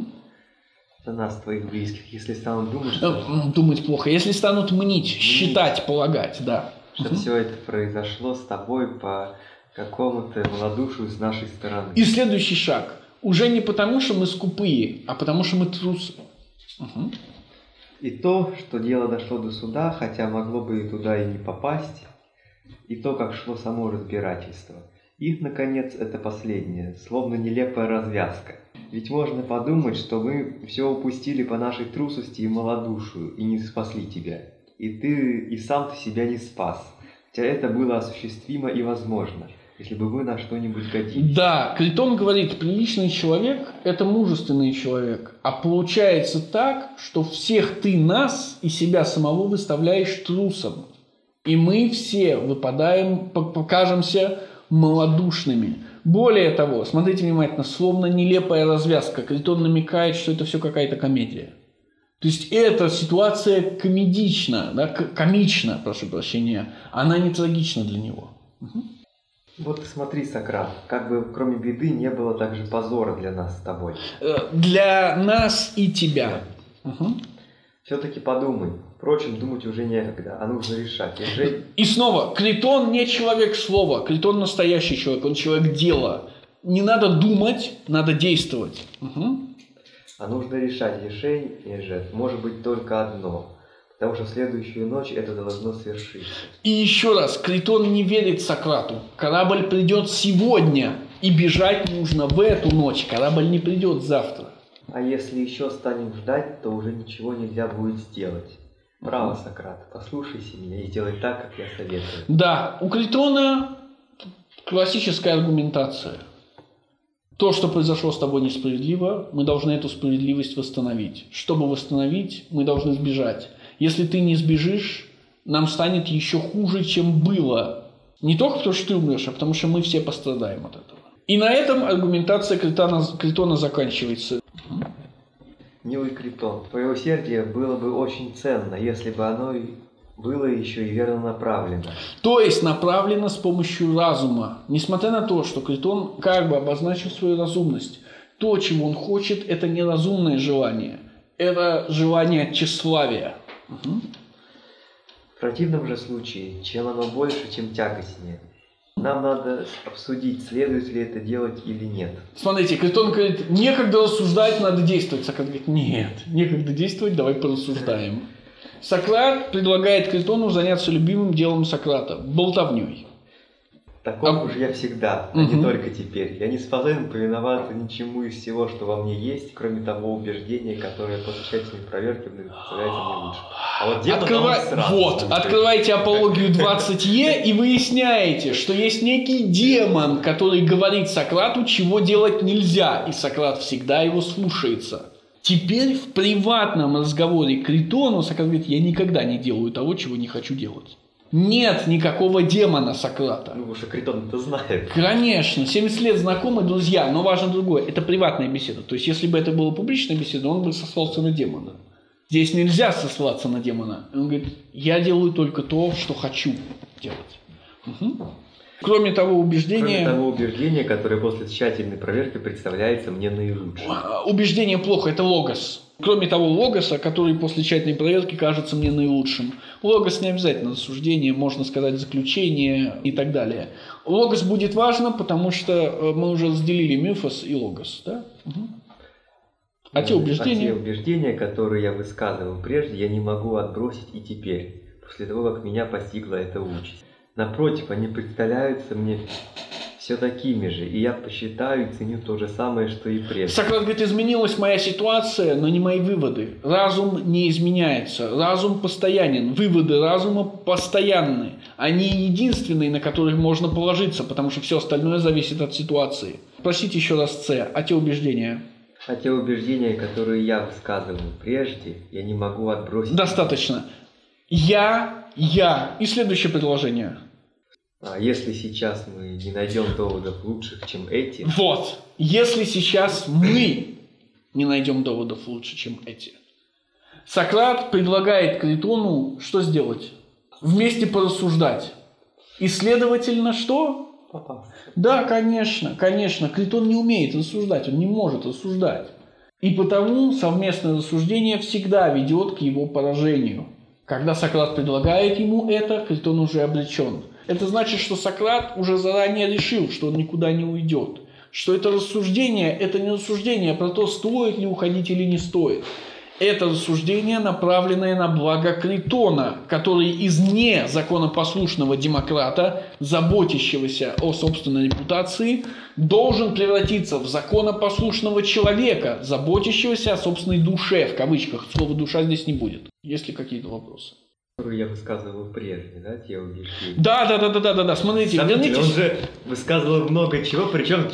За нас, твоих близких, если станут думать, что... Думать плохо. Если станут мнить, считать, полагать, да. Что все это произошло с тобой по какому-то малодушию с нашей стороны. И следующий шаг. Уже не потому, что мы скупые, а потому, что мы трусы. Угу. И то, что дело дошло до суда, хотя могло бы и туда и не попасть, и то, как шло само разбирательство. И, наконец, это последнее, словно нелепая развязка. Ведь можно подумать, что мы все упустили по нашей трусости и малодушию, и не спасли тебя. И ты, и сам ты себя не спас. Хотя это было осуществимо и возможно, если бы вы на что-нибудь годились. Да, Критон говорит, приличный человек – это мужественный человек. А получается так, что всех ты нас и себя самого выставляешь трусом. И мы все выпадаем, покажемся малодушными. Более того, смотрите внимательно, словно нелепая развязка. Критон намекает, что это все какая-то комедия. То есть эта ситуация комедична, да, комична, прошу прощения, она не трагична для него. Угу. Вот смотри, Сократ, как бы кроме беды не было также позора для нас с тобой. Для нас и тебя. Угу. Все-таки подумай. Впрочем, думать уже некогда, а нужно решать. И снова, Критон не человек слова, Критон настоящий человек, он человек дела. Не надо думать, надо действовать. Угу. А нужно решать. Решение же может быть только одно. Потому что в следующую ночь это должно свершиться. И еще раз, Критон не верит Сократу. Корабль придет сегодня, и бежать нужно в эту ночь. Корабль не придет завтра. А если еще станем ждать, то уже ничего нельзя будет сделать. Браво, Сократ, послушайся меня и сделай так, как я советую. Да, у Критона классическая аргументация. То, что произошло с тобой несправедливо, мы должны эту справедливость восстановить. Чтобы восстановить, мы должны сбежать. Если ты не сбежишь, нам станет еще хуже, чем было. Не только потому, что ты умрешь, а потому что мы все пострадаем от этого. И на этом аргументация Критона заканчивается. Милый Критон, твое усердие было бы очень ценно, если бы оно было еще и верно направлено. То есть направлено с помощью разума. Несмотря на то, что Критон как бы обозначил свою разумность. То, чего он хочет, это не разумное желание. Это желание тщеславия. Угу. В противном же случае, чем оно больше, тем тягостнее. Нам надо обсудить, следует ли это делать или нет. Смотрите, Критон говорит, некогда рассуждать, надо действовать. Сократ говорит, нет, некогда действовать, давай порассуждаем. Сократ предлагает Критону заняться любимым делом Сократа – болтовней. Таков уж я всегда, а не только теперь. Я не способен повиноваться ничему из всего, что во мне есть, кроме того убеждения, которое после тщательной проверки представляется мне лучше. А вот дело открывайте апологию 20Е и выясняете, что есть некий демон, который говорит Сократу, чего делать нельзя, и Сократ всегда его слушается. Теперь в приватном разговоре Критону Сократ говорит, я никогда не делаю того, чего не хочу делать. Нет никакого демона Сократа. Ну, уж Критон это знает. Конечно, 70 лет знакомы, друзья, но важно другое. Это приватная беседа. То есть, если бы это была публичная беседа, он бы сослался на демона. Здесь нельзя сослаться на демона. Он говорит, я делаю только то, что хочу делать. Угу. Кроме того убеждения, которое после тщательной проверки представляется мне наилучшим. Убеждение плохо, это логос. Кроме того логоса, который после тщательной проверки кажется мне наилучшим. Логос не обязательно рассуждение, можно сказать заключение и так далее. Логос будет важно, потому что мы уже разделили мифос и логос. Да? Угу. А те убеждения, которые я высказывал прежде, я не могу отбросить и теперь, после того, как меня постигла эта участь. Напротив, они представляются мне все такими же, и я посчитаю и ценю то же самое, что и прежде. Сократ говорит, изменилась моя ситуация, но не мои выводы. Разум не изменяется, разум постоянен, выводы разума постоянны. Они единственные, на которых можно положиться, потому что все остальное зависит от ситуации. Простите еще раз С, а те убеждения? А те убеждения, которые я высказывал прежде, я не могу отбросить. Достаточно. Я. И следующее предложение. А если сейчас мы не найдем доводов лучших, чем эти... Вот. Если сейчас мы не найдем доводов лучше, чем эти. Сократ предлагает Критону что сделать? Вместе порассуждать. И следовательно, что? Да, конечно. Критон не умеет рассуждать, он не может рассуждать. И потому совместное рассуждение всегда ведет к его поражению. Когда Сократ предлагает ему это, Критон уже обречен. Это значит, что Сократ уже заранее решил, что он никуда не уйдет. Что это рассуждение, это не рассуждение про то, стоит ли уходить или не стоит. Это рассуждение, направленное на благо Критона, который из незаконопослушного демократа, заботящегося о собственной репутации, должен превратиться в законопослушного человека, заботящегося о собственной душе, в кавычках. Слова «душа» здесь не будет. Есть ли какие-то вопросы? Которую я высказывал прежде, да, те убеждения? Да. Смотрите, вернитесь. Он же высказывал много чего, причем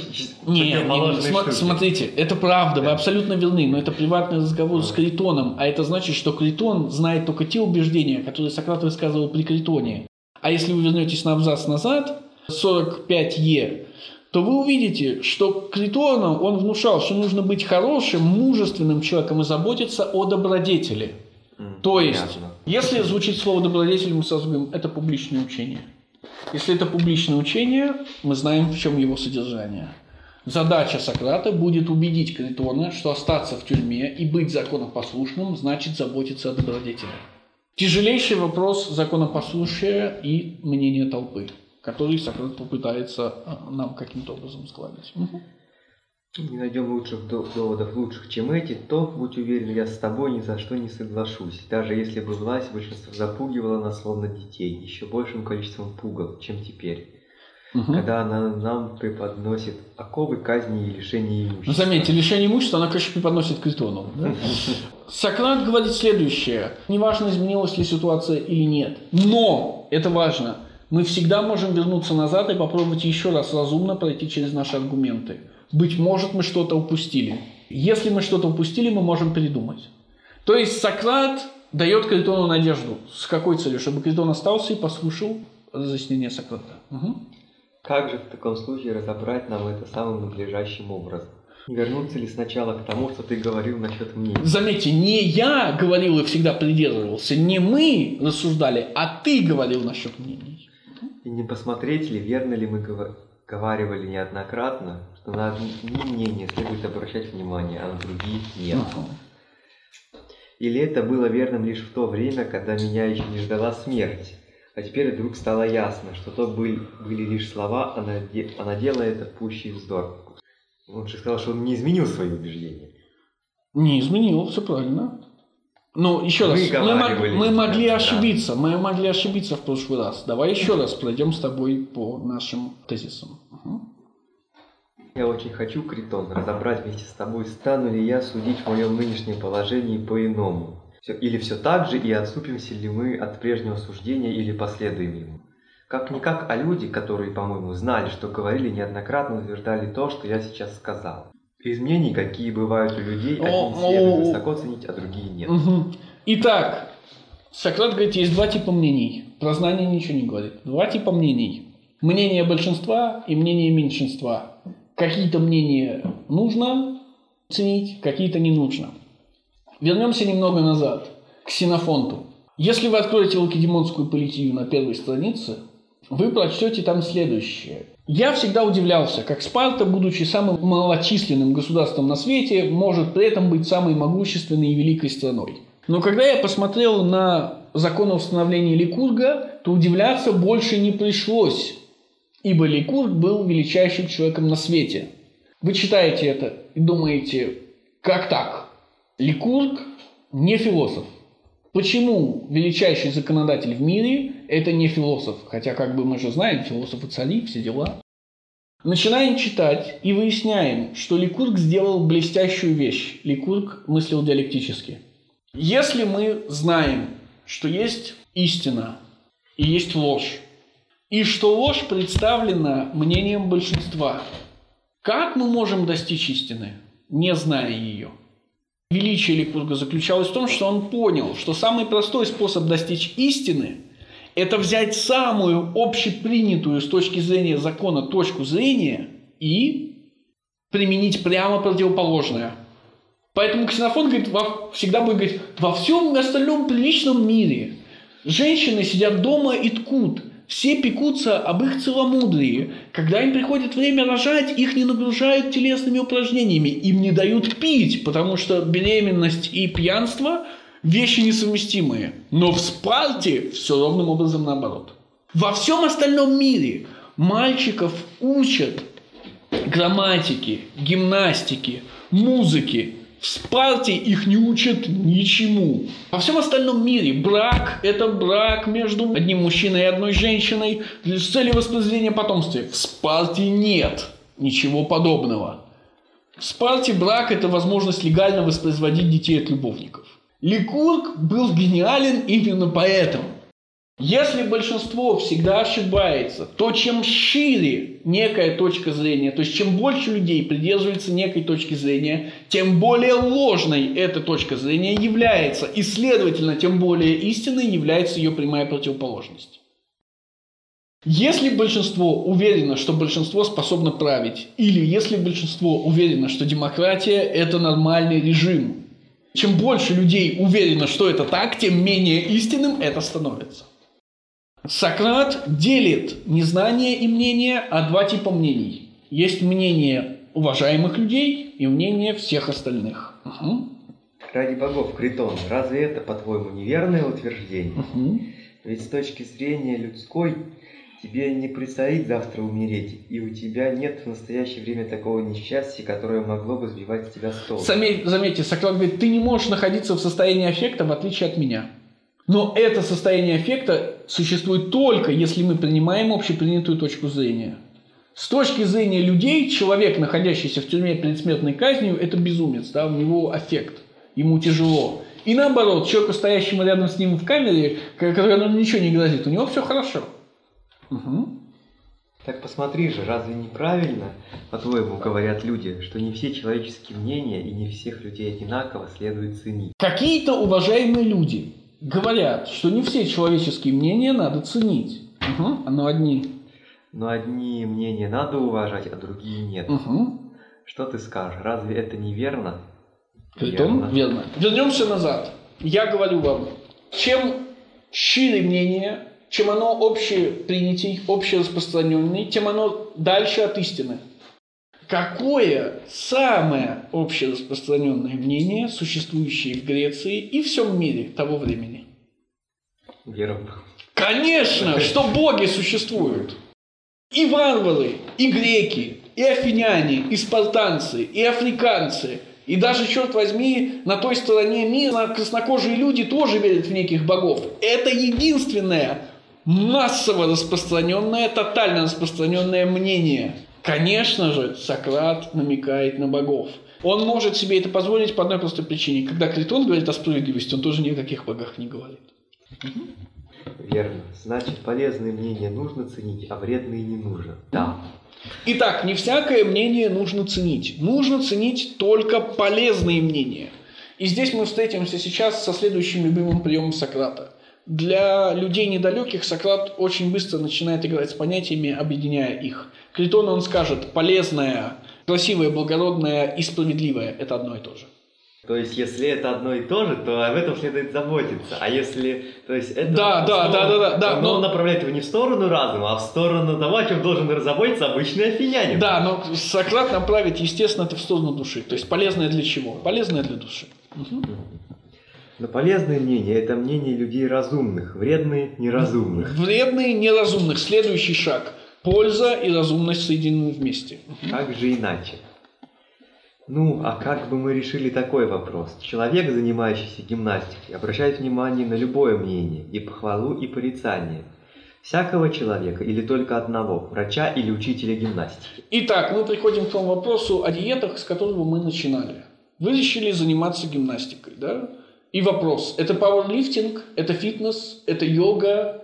смотрите, это правда, вы абсолютно верны, но это приватный разговор с Критоном, а это значит, что Критон знает только те убеждения, которые Сократ высказывал при Критоне. А если вы вернетесь на абзац назад, 45Е, то вы увидите, что Критону он внушал, что нужно быть хорошим, мужественным человеком и заботиться о добродетели. То есть, если звучит слово «добродетель», мы сразу говорим, это публичное учение. Если это публичное учение, мы знаем, в чем его содержание. Задача Сократа будет убедить Критона, что остаться в тюрьме и быть законопослушным значит заботиться о добродетели. Тяжелейший вопрос законопослушия и мнения толпы, который Сократ попытается нам каким-то образом складывать. Не найдем лучших доводов лучших, чем эти, то, будь уверен, я с тобой ни за что не соглашусь, даже если бы власть большинство запугивала нас словно детей, еще большим количеством пугал, чем теперь, когда она нам преподносит оковы, казни и лишение имущества. Заметьте, лишение имущества она, конечно, преподносит Критону. Да? Сократ говорит следующее. Неважно, изменилась ли ситуация или нет, но, это важно, мы всегда можем вернуться назад и попробовать еще раз разумно пройти через наши аргументы. Быть может, мы что-то упустили. Если мы что-то упустили, мы можем передумать. То есть Сократ дает Критону надежду. С какой целью? Чтобы Критон остался и послушал разъяснение Сократа. Как же в таком случае разобрать нам это самым надлежащим образом? Не вернуться ли сначала к тому, что ты говорил насчет мнений? Заметьте, не я говорил и всегда придерживался, не мы рассуждали, а ты говорил насчет мнений. И не посмотреть ли, верно ли мы говаривали неоднократно, что на одни мнения следует обращать внимание, а на другие нет. Или это было верным лишь в то время, когда меня еще не ждала смерть, а теперь вдруг стало ясно, что то были лишь слова, а на дело это пущий вздор. Он же сказал, что он не изменил свои убеждения. Не изменил, все правильно. Но еще раз, мы могли ошибиться, мы могли ошибиться в прошлый раз. Давай еще раз пройдем с тобой по нашим тезисам. Я очень хочу, Критон, разобрать вместе с тобой, стану ли я судить в моем нынешнем положении по-иному. Или все так же, и отступимся ли мы от прежнего суждения, или последуем ему. Как-никак, а люди, которые, по-моему, знали, что говорили, неоднократно утверждали то, что я сейчас сказал. Из мнений, какие бывают у людей, одни следует высоко ценить, а другие нет. Итак, Сократ говорит, есть два типа мнений. Про знание ничего не говорит. Два типа мнений. Мнение большинства и мнение меньшинства. Какие-то мнения нужно ценить, какие-то не нужно. Вернемся немного назад, к Ксенофонту. Если вы откроете лакедемонскую политию на первой странице, вы прочтете там следующее. Я всегда удивлялся, как Спарта, будучи самым малочисленным государством на свете, может при этом быть самой могущественной и великой страной. Но когда я посмотрел на законоустановление Ликурга, то удивляться больше не пришлось, ибо Ликург был величайшим человеком на свете. Вы читаете это и думаете, как так? Ликург не философ. Почему величайший законодатель в мире – это не философ? Хотя, как бы мы же знаем, философы цари, все дела. Начинаем читать и выясняем, что Ликург сделал блестящую вещь. Ликург мыслил диалектически. Если мы знаем, что есть истина и есть ложь, и что ложь представлена мнением большинства, как мы можем достичь истины, не зная ее? Величие Ликурга заключалось в том, что он понял, что самый простой способ достичь истины – это взять самую общепринятую с точки зрения закона точку зрения и применить прямо противоположное. Поэтому Ксенофонт всегда будет говорить, во всем остальном приличном мире женщины сидят дома и ткут. Все пекутся об их целомудрии. Когда им приходит время рожать, их не нагружают телесными упражнениями. Им не дают пить, потому что беременность и пьянство – вещи несовместимые. Но в Спарте все ровным образом наоборот. Во всем остальном мире мальчиков учат грамматике, гимнастике, музыке В Спарте их не учат ничему. Во всем остальном мире брак – это брак между одним мужчиной и одной женщиной с целью воспроизведения потомства. В Спарте нет ничего подобного. В Спарте брак – это возможность легально воспроизводить детей от любовников. Ликург был гениален именно поэтому. Если большинство всегда ошибается, то чем шире некая точка зрения, то есть чем больше людей придерживается некой точки зрения, тем более ложной эта точка зрения является, и, следовательно, тем более истинной является ее прямая противоположность. Если большинство уверено, что большинство способно править, или если большинство уверено, что демократия – это нормальный режим, чем больше людей уверено, что это так, тем менее истинным это становится. Сократ делит незнание и мнение на два типа мнений. Есть мнение уважаемых людей и мнение всех остальных. Угу. Ради богов, Критон, разве это, по-твоему, неверное утверждение? Угу. Ведь с точки зрения людской тебе не предстоит завтра умереть, и у тебя нет в настоящее время такого несчастья, которое могло бы сбивать с тебя с толку. Заметьте, Сократ говорит, ты не можешь находиться в состоянии аффекта, в отличие от меня. Но это состояние аффекта существует только, если мы принимаем общепринятую точку зрения. С точки зрения людей, человек, находящийся в тюрьме перед смертной казнью, это безумец, да, у него аффект, ему тяжело. И наоборот, человеку, стоящему рядом с ним в камере, которому ничего не грозит, у него все хорошо. Угу. Так посмотри же, разве неправильно, по-твоему, говорят люди, что не все человеческие мнения и не всех людей одинаково следует ценить? Какие-то уважаемые люди говорят, что не все человеческие мнения надо ценить. Угу. Но одни мнения надо уважать, а другие нет. Угу. Что ты скажешь? Разве это не верно? Верно. Вернемся назад. Я говорю вам, чем шире мнение, чем оно общепринятый, общераспространенный, тем оно дальше от истины. Какое самое общераспространенное мнение, существующее в Греции и всем мире того времени? Вера в Бога. Конечно, что боги существуют. И варвары, и греки, и афиняне, и спартанцы, и африканцы, и даже, черт возьми, на той стороне мира краснокожие люди тоже верят в неких богов. Это единственное массово распространенное, тотально распространенное мнение. Конечно же, Сократ намекает на богов. Он может себе это позволить по одной простой причине. Когда Критон говорит о справедливости, он тоже ни о каких богах не говорит. Верно. Значит, полезные мнения нужно ценить, а вредные не нужно. Да. Итак, не всякое мнение нужно ценить. Нужно ценить только полезные мнения. И здесь мы встретимся сейчас со следующим любимым приемом Сократа. Для людей недалеких Сократ очень быстро начинает играть с понятиями, объединяя их. Критону он скажет: полезное, красивое, благородное и справедливое – это одно и то же. То есть, если это одно и то же, то об этом следует заботиться. А если, то есть, это Да, но направляет его не в сторону разума, а в сторону того, о чем должен заботиться обычный афинянин. Да, но Сократ направит, естественно, это в сторону души. То есть, полезное для чего? Полезное для души. Угу. Но полезное мнение – это мнение людей разумных, вредные – неразумных. Вредные – неразумных. Следующий шаг. Польза и разумность соединены вместе. Как же иначе? Ну, а как бы мы решили такой вопрос? Человек, занимающийся гимнастикой, обращает внимание на любое мнение, и похвалу, и порицание. Всякого человека или только одного, врача или учителя гимнастики. Итак, мы приходим к тому вопросу о диетах, с которого мы начинали. Вы решили заниматься гимнастикой, да? И вопрос, это пауэрлифтинг, это фитнес, это йога,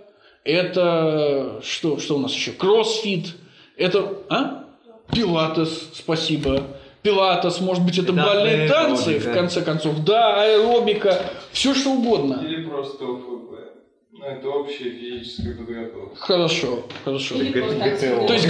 это что у нас еще? Кроссфит, это пилатес, спасибо. Пилатес, может быть, это бальные танцы, аэробика. В конце концов. Да, аэробика, все что угодно. Или просто ОФП. Это общая физическая подготовка. Хорошо. Или То есть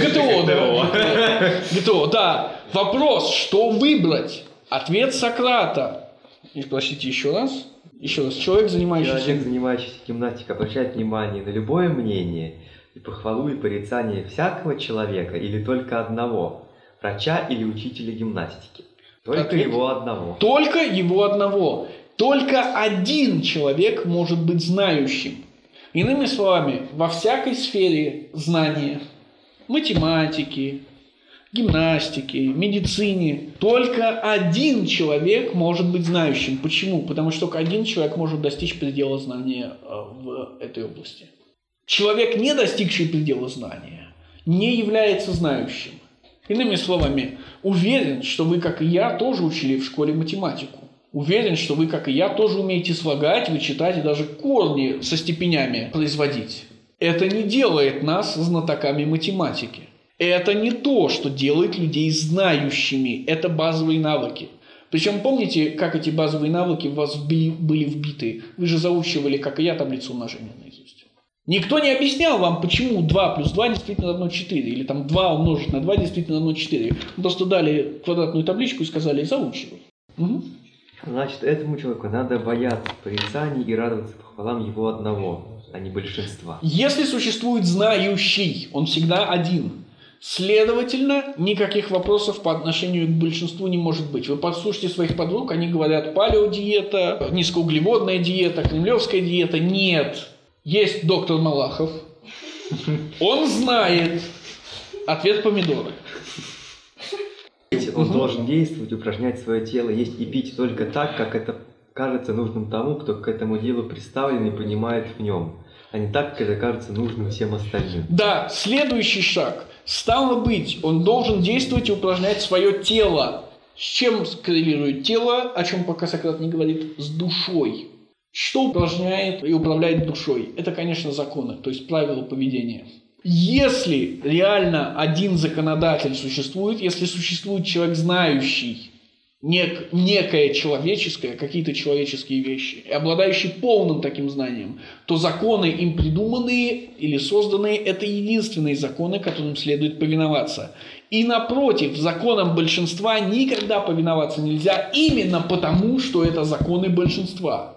ГТО, да. Вопрос, что выбрать? Ответ Сократа. Простите, еще раз. Человек, занимающийся гимнастикой, обращает внимание на любое мнение и похвалу и порицание всякого человека или только одного. Врача или учителя гимнастики. Только его одного. Только его одного. Только один человек может быть знающим. Иными словами, во всякой сфере знания, математики, гимнастике, медицине. Только один человек может быть знающим. Почему? Потому что только один человек может достичь предела знания в этой области. Человек, не достигший предела знания, не является знающим. Иными словами, уверен, что вы, как и я, тоже учили в школе математику. Уверен, что вы, как и я, тоже умеете слагать, вычитать и даже корни со степенями производить. Это не делает нас знатоками математики. Это не то, что делает людей знающими. Это базовые навыки. Причем помните, как эти базовые навыки в вас были вбиты? Вы же заучивали, как и я, таблицу умножения наизусть. Никто не объяснял вам, почему 2 плюс 2 действительно равно 4. Или там 2 умножить на 2 действительно равно 4. Просто дали квадратную табличку и сказали «заучивай». Угу. Значит, этому человеку надо бояться порицаний и радоваться похвалам его одного, а не большинства. Если существует знающий, он всегда один. Следовательно, никаких вопросов по отношению к большинству не может быть. Вы послушайте своих подруг, они говорят палеодиета, низкоуглеводная диета, кремлевская диета. Нет. Есть доктор Малахов. Он знает. Ответ помидоры. Он должен действовать, упражнять свое тело, есть и пить только так, как это кажется нужным тому, кто к этому делу представлен и понимает в нем, а не так, как это кажется нужным всем остальным. Да, следующий шаг. Стало быть, он должен действовать и упражнять свое тело. С чем коррелирует тело, о чем пока Сократ не говорит? С душой. Что упражняет и управляет душой? Это, конечно, законы, то есть правила поведения. Если реально один законодатель существует, если существует человек, знающий некое человеческое, какие-то человеческие вещи, и обладающий полным таким знанием, то законы, им придуманные или созданные, это единственные законы, которым следует повиноваться. И напротив, законам большинства никогда повиноваться нельзя, именно потому, что это законы большинства.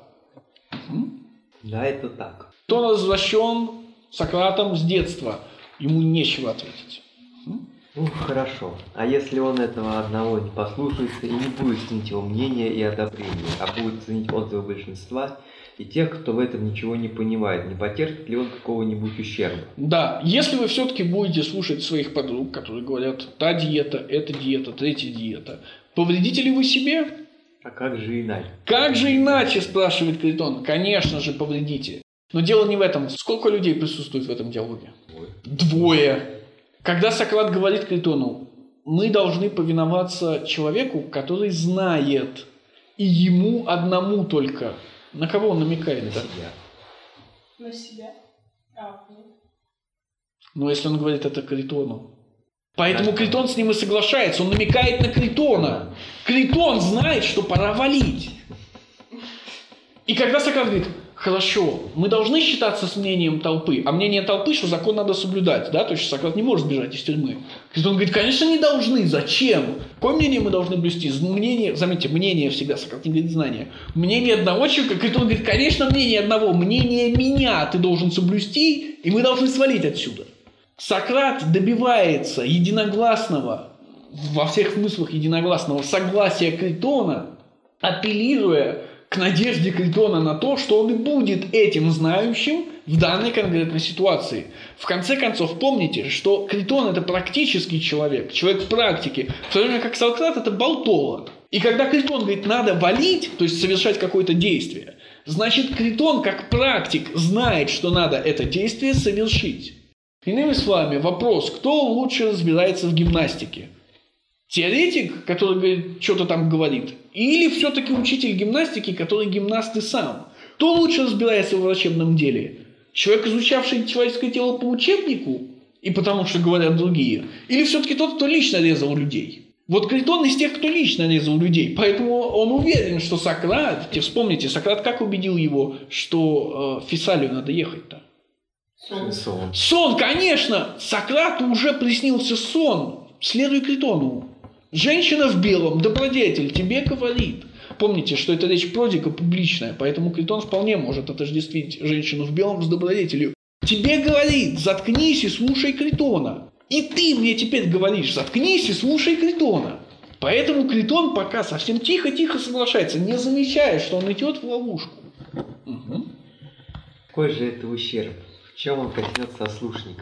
Да, это так. Он развращен Сократом с детства. Ему нечего ответить. Ну, хорошо. А если он этого одного не послушается и не будет ценить его мнение и одобрение, а будет ценить отзывы большинства и тех, кто в этом ничего не понимает, не потерпит ли он какого-нибудь ущерба? Да, если вы все-таки будете слушать своих подруг, которые говорят, та диета, эта диета, третья диета, повредите ли вы себе? А как же иначе? Как же иначе, спрашивает Критон. Конечно же, повредите. Но дело не в этом. Сколько людей присутствует в этом диалоге? Двое. Когда Сократ говорит Критону, мы должны повиноваться человеку, который знает, и ему одному только. На кого он намекает? На да? себя. На себя? Нет. Но если он говорит это Критону. Поэтому Критон с ним и соглашается. Он намекает на Критона. Критон знает, что пора валить. И когда Сократ говорит, хорошо, мы должны считаться с мнением толпы, а мнение толпы, что закон надо соблюдать, да, то есть Сократ не может сбежать из тюрьмы. Критон говорит, конечно, не должны, зачем? Какое мнение мы должны блюсти? Мнение, заметьте, мнение всегда, Сократ не говорит знание. Мнение одного человека, Критон говорит, конечно, мнение одного, мнение меня ты должен соблюсти, и мы должны свалить отсюда. Сократ добивается единогласного, во всех смыслах единогласного согласия Критона, апеллируя к надежде Критона на то, что он и будет этим знающим в данной конкретной ситуации. В конце концов, помните, что Критон – это практический человек, человек практики, в то время как Сократ – это болтолог. И когда Критон говорит, надо валить, то есть совершать какое-то действие, значит, Критон, как практик, знает, что надо это действие совершить. Иными словами, вопрос, кто лучше разбирается в гимнастике? Теоретик, который говорит, что-то там говорит, или все-таки учитель гимнастики, который гимнаст и сам? Кто лучше разбирается в врачебном деле? Человек, изучавший человеческое тело по учебнику, и потому что говорят другие? Или все-таки тот, кто лично резал людей? Вот Критон из тех, кто лично резал людей, поэтому он уверен, что Сократ, вспомните, Сократ как убедил его, что в Фессалию надо ехать-то? Сон. Сон, конечно! Сократу уже приснился сон. Следуй Критону. Женщина в белом, добродетель, тебе говорит. Помните, что это речь Продика публичная, поэтому Критон вполне может отождествить женщину в белом с добродетелью. Тебе говорит, заткнись и слушай Критона. И ты мне теперь говоришь, заткнись и слушай Критона. Поэтому Критон пока совсем тихо-тихо соглашается, не замечая, что он идет в ловушку. Угу. Какой же это ущерб? В чем он коснется ослушника?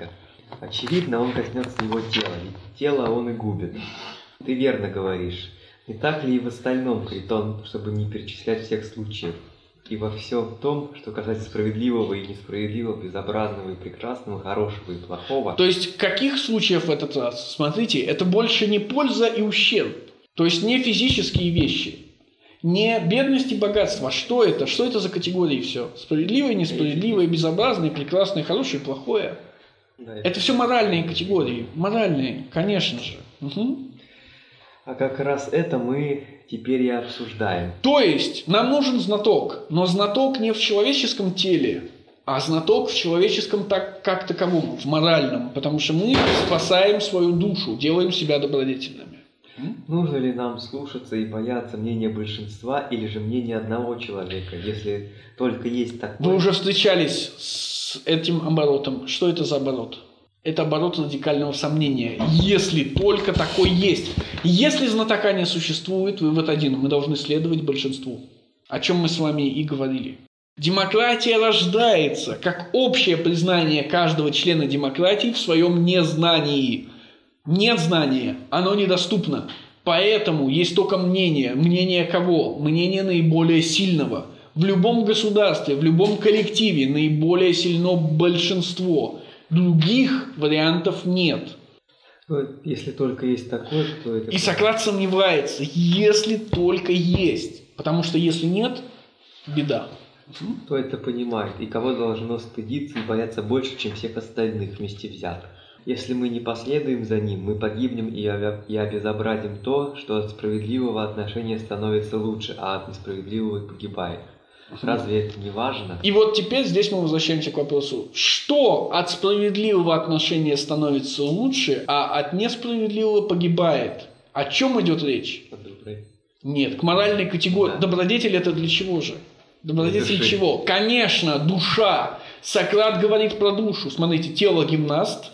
Очевидно, он коснется его тела, ведь тело он и губит. Ты верно говоришь. Не так ли и в остальном, Критон, чтобы не перечислять всех случаев? И во всем том, что касается справедливого и несправедливого, безобразного и прекрасного, хорошего и плохого. То есть, каких случаев в этот раз? Смотрите, это больше не польза и ущерб. То есть, не физические вещи. Не бедность и богатство. Что это? Что это за категории все? Справедливое, несправедливое, безобразное, прекрасное, хорошее, плохое. Да, это все моральные категории. Моральные, конечно же. Угу. А как раз это мы теперь и обсуждаем. То есть, нам нужен знаток. Но знаток не в человеческом теле, а знаток в человеческом как таковом, в моральном. Потому что мы спасаем свою душу, делаем себя добродетельными. Нужно ли нам слушаться и бояться мнения большинства или же мнения одного человека, если только есть такое? Вы уже встречались с этим оборотом. Что это за оборот? Это оборот радикального сомнения. Если только такой есть. Если знатока не существует, вывод один. Мы должны следовать большинству. О чем мы с вами и говорили. Демократия рождается как общее признание каждого члена демократии в своем незнании. Нет знания, оно недоступно. Поэтому есть только мнение. Мнение кого? Мнение наиболее сильного. В любом государстве, в любом коллективе наиболее сильно большинство. Других вариантов нет. Если только есть такое, то это... И Сократ сомневается, если только есть. Потому что если нет, беда. Кто это понимает, и кого должно стыдиться и бояться больше, чем всех остальных вместе взятых. Если мы не последуем за ним, мы погибнем и обезобразим то, что от справедливого отношения становится лучше, а от несправедливого погибает. Разве это не важно? И вот теперь здесь мы возвращаемся к вопросу, что от справедливого отношения становится лучше, а от несправедливого погибает? О чем идет речь? Нет, к моральной категории. Да. Добродетель это для чего же? Добродетель чего? Конечно, душа. Сократ говорит про душу. Смотрите, тело гимнаст,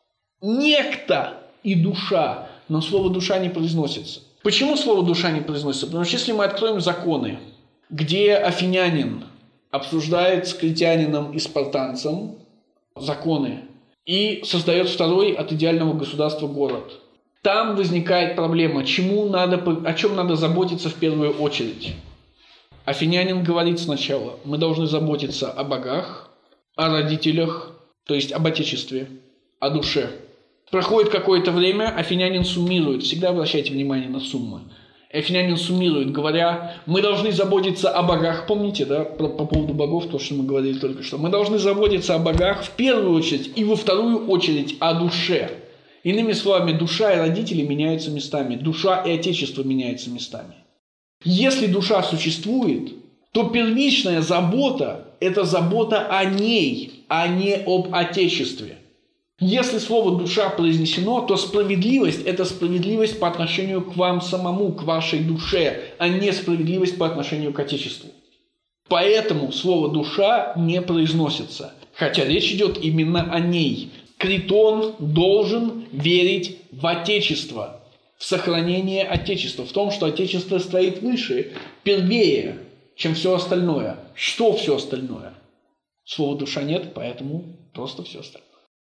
некто и душа. Но слово душа не произносится. Почему слово душа не произносится? Потому что если мы откроем законы, где афинянин обсуждает с критянином и спартанцем законы и создает второй от идеального государства город. Там возникает проблема, о чем надо заботиться в первую очередь. Афинянин говорит сначала, мы должны заботиться о богах, о родителях, то есть об отечестве, о душе. Проходит какое-то время, афинянин суммирует, всегда обращайте внимание на суммы. Афинянин суммирует, говоря, мы должны заботиться о богах, помните, да, по поводу богов, то, что мы говорили только что. Мы должны заботиться о богах в первую очередь и во вторую очередь о душе. Иными словами, душа и родители меняются местами, душа и отечество меняются местами. Если душа существует, то первичная забота – это забота о ней, а не об отечестве. Если слово «душа» произнесено, то справедливость – это справедливость по отношению к вам самому, к вашей душе, а не справедливость по отношению к Отечеству. Поэтому слово «душа» не произносится, хотя речь идет именно о ней. Критон должен верить в Отечество, в сохранение Отечества, в том, что Отечество стоит выше, первее, чем все остальное. Что все остальное? Слова «душа» нет, поэтому просто все остальное.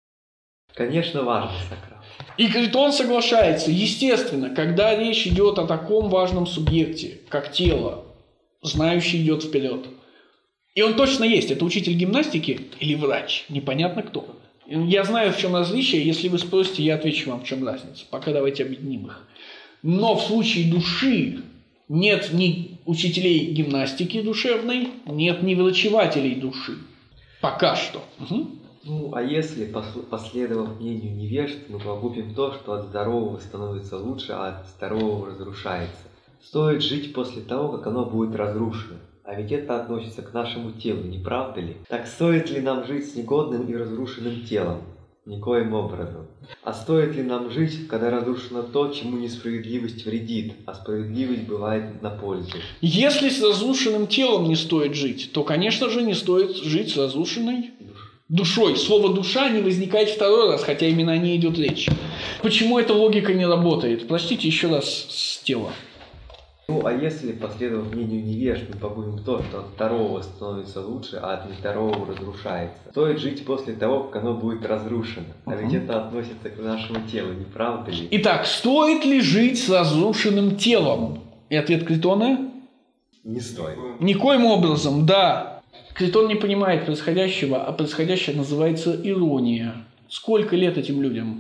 Конечно, важно, Сократ. И Критон соглашается. Естественно, когда речь идет о таком важном субъекте, как тело, знающий идет вперед. И он точно есть. Это учитель гимнастики или врач. Непонятно кто. Я знаю, в чем различие. Если вы спросите, я отвечу вам, в чем разница. Пока давайте объединим их. Но в случае души нет ни учителей гимнастики душевной, нет ни врачевателей души. Пока что. Угу. Ну, а если, последовав мнению невежд, мы погубим то, что от здорового становится лучше, а от здорового разрушается? Стоит жить после того, как оно будет разрушено. А ведь это относится к нашему телу, не правда ли? Так стоит ли нам жить с негодным и разрушенным телом? Никоим образом. А стоит ли нам жить, когда разрушено то, чему несправедливость вредит, а справедливость бывает на пользу? Если с разрушенным телом не стоит жить, то, конечно же, не стоит жить с разрушенной душой. Слово «душа» не возникает второй раз, хотя именно о ней идет речь. Почему эта логика не работает? Прочтите еще раз с тела. Ну, а если, последовав мнению невежд, мы побудем то, что от второго становится лучше, а от второго разрушается? Стоит жить после того, как оно будет разрушено. А ведь это относится к нашему телу, не правда ли? Итак, стоит ли жить с разрушенным телом? И ответ Критона? Не стоит. Никоим образом, да. Критон не понимает происходящего, а происходящее называется ирония. Сколько лет этим людям?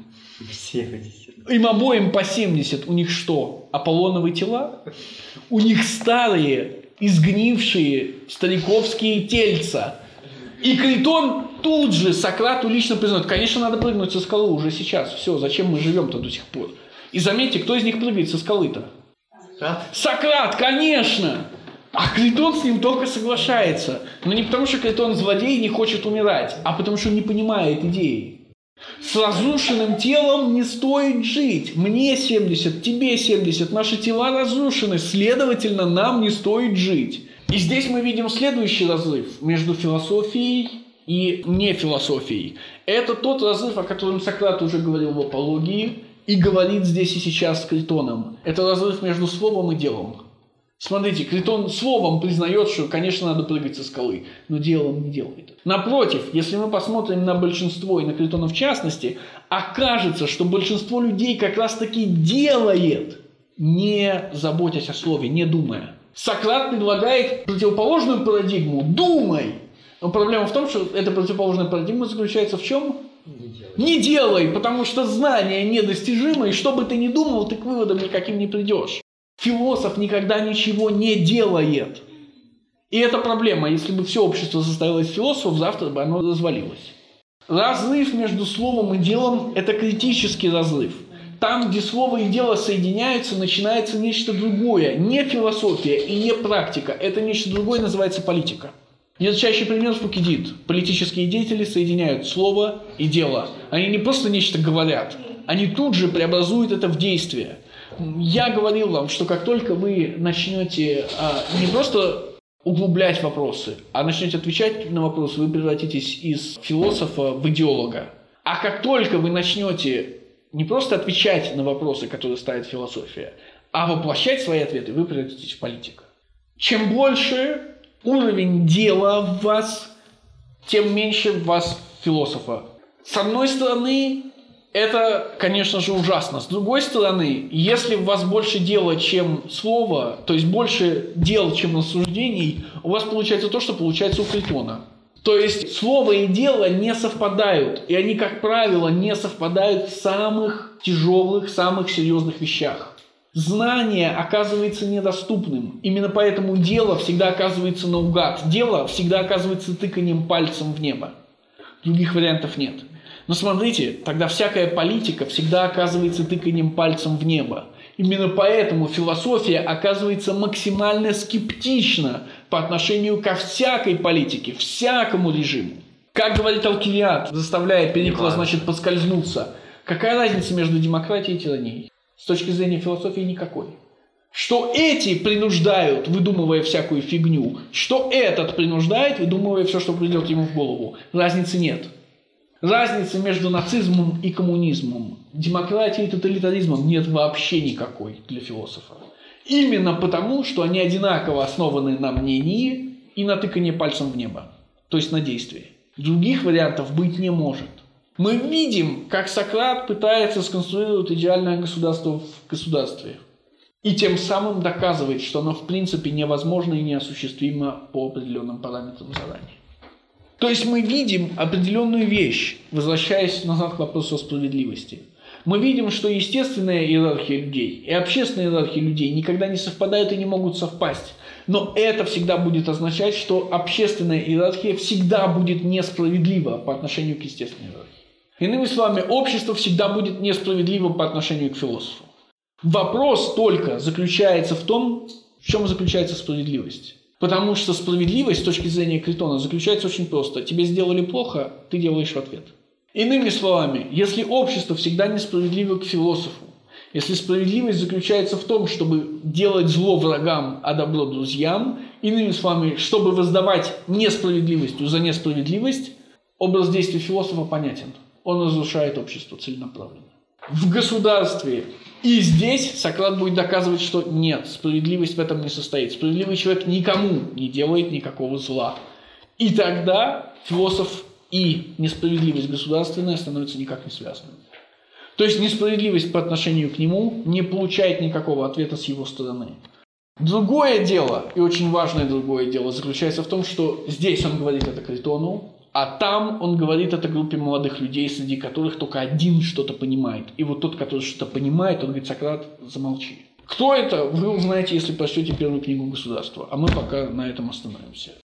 70. Им обоим по 70. У них что? Аполлоновые тела? У них старые, изгнившие стариковские тельца. И Критон тут же Сократу лично признает: конечно, надо прыгнуть со скалы уже сейчас. Все, зачем мы живем-то до сих пор? И заметьте, кто из них прыгает со скалы-то? Сократ, конечно! А Критон с ним только соглашается. Но не потому, что Критон злодей и не хочет умирать, а потому, что он не понимает идеи. С разрушенным телом не стоит жить. Мне 70, тебе 70, наши тела разрушены, следовательно, нам не стоит жить. И здесь мы видим следующий разрыв между философией и нефилософией. Это тот разрыв, о котором Сократ уже говорил в «Апологии» и говорит здесь и сейчас с Критоном. Это разрыв между словом и делом. Смотрите, Критон словом признает, что, конечно, надо прыгать со скалы, но делом не делает. Напротив, если мы посмотрим на большинство, и на Критона в частности, окажется, что большинство людей как раз-таки делает, не заботясь о слове, не думая. Сократ предлагает противоположную парадигму «думай». Но проблема в том, что эта противоположная парадигма заключается в чем? Не делай, потому что знание недостижимо, и что бы ты ни думал, ты к выводам никаким не придешь. Философ никогда ничего не делает. И это проблема. Если бы все общество состояло из философов, завтра бы оно развалилось. Разрыв между словом и делом – это критический разрыв. Там, где слово и дело соединяются, начинается нечто другое. Не философия и не практика. Это нечто другое, называется политика. Ярчайший пример – Фукидид. Политические деятели соединяют слово и дело. Они не просто нечто говорят, они тут же преобразуют это в действие. Я говорил вам, что как только вы начнете не просто углублять вопросы, а начнете отвечать на вопросы, вы превратитесь из философа в идеолога. А как только вы начнете не просто отвечать на вопросы, которые ставит философия, а воплощать свои ответы, вы превратитесь в политика. Чем больше уровень дела в вас, тем меньше в вас философа. С одной стороны, это, конечно же, ужасно. С другой стороны, если у вас больше дела, чем слова, то есть больше дел, чем рассуждений, у вас получается то, что получается у Критона. То есть слово и дело не совпадают. И они, как правило, не совпадают в самых тяжелых, самых серьезных вещах. Знание оказывается недоступным. Именно поэтому дело всегда оказывается наугад. Дело всегда оказывается тыканием пальцем в небо. Других вариантов нет. Но смотрите, тогда всякая политика всегда оказывается тыканием пальцем в небо. Именно поэтому философия оказывается максимально скептична по отношению ко всякой политике, всякому режиму. Как говорит Алкивиад, заставляя Перикла, значит, поскользнуться, какая разница между демократией и тиранией? С точки зрения философии никакой. Что эти принуждают, выдумывая всякую фигню, что этот принуждает, выдумывая все, что придет ему в голову. Разницы нет. Разницы между нацизмом и коммунизмом, демократией и тоталитаризмом нет вообще никакой для философа. Именно потому, что они одинаково основаны на мнении и на тыкании пальцем в небо, то есть на действии. Других вариантов быть не может. Мы видим, как Сократ пытается сконструировать идеальное государство в государстве. И тем самым доказывает, что оно в принципе невозможно и неосуществимо по определенным параметрам заранее. То есть мы видим определенную вещь, возвращаясь назад к вопросу о справедливости. Мы видим, что естественная иерархия людей и общественная иерархия людей никогда не совпадают и не могут совпасть. Но это всегда будет означать, что общественная иерархия всегда будет несправедлива по отношению к естественной иерархии. Иными словами, общество всегда будет несправедливо по отношению к философу. Вопрос только заключается в том, в чем заключается справедливость. Потому что справедливость с точки зрения Критона заключается очень просто. Тебе сделали плохо, ты делаешь в ответ. Иными словами, если общество всегда несправедливо к философу, если справедливость заключается в том, чтобы делать зло врагам, а добро друзьям, иными словами, чтобы воздавать несправедливостью за несправедливость, образ действия философа понятен. Он разрушает общество целенаправленно. В государстве И здесь Сократ будет доказывать, что нет, справедливость в этом не состоит. Справедливый человек никому не делает никакого зла. И тогда философ и несправедливость государственная становятся никак не связанными. То есть несправедливость по отношению к нему не получает никакого ответа с его стороны. Другое дело, и очень важное другое дело, заключается в том, что здесь он говорит это Критону, а там он говорит это группе молодых людей, среди которых только один что-то понимает. И вот тот, который что-то понимает, он говорит: Сократ, замолчи. Кто это, вы узнаете, если прочтете первую книгу «Государства». А мы пока на этом остановимся.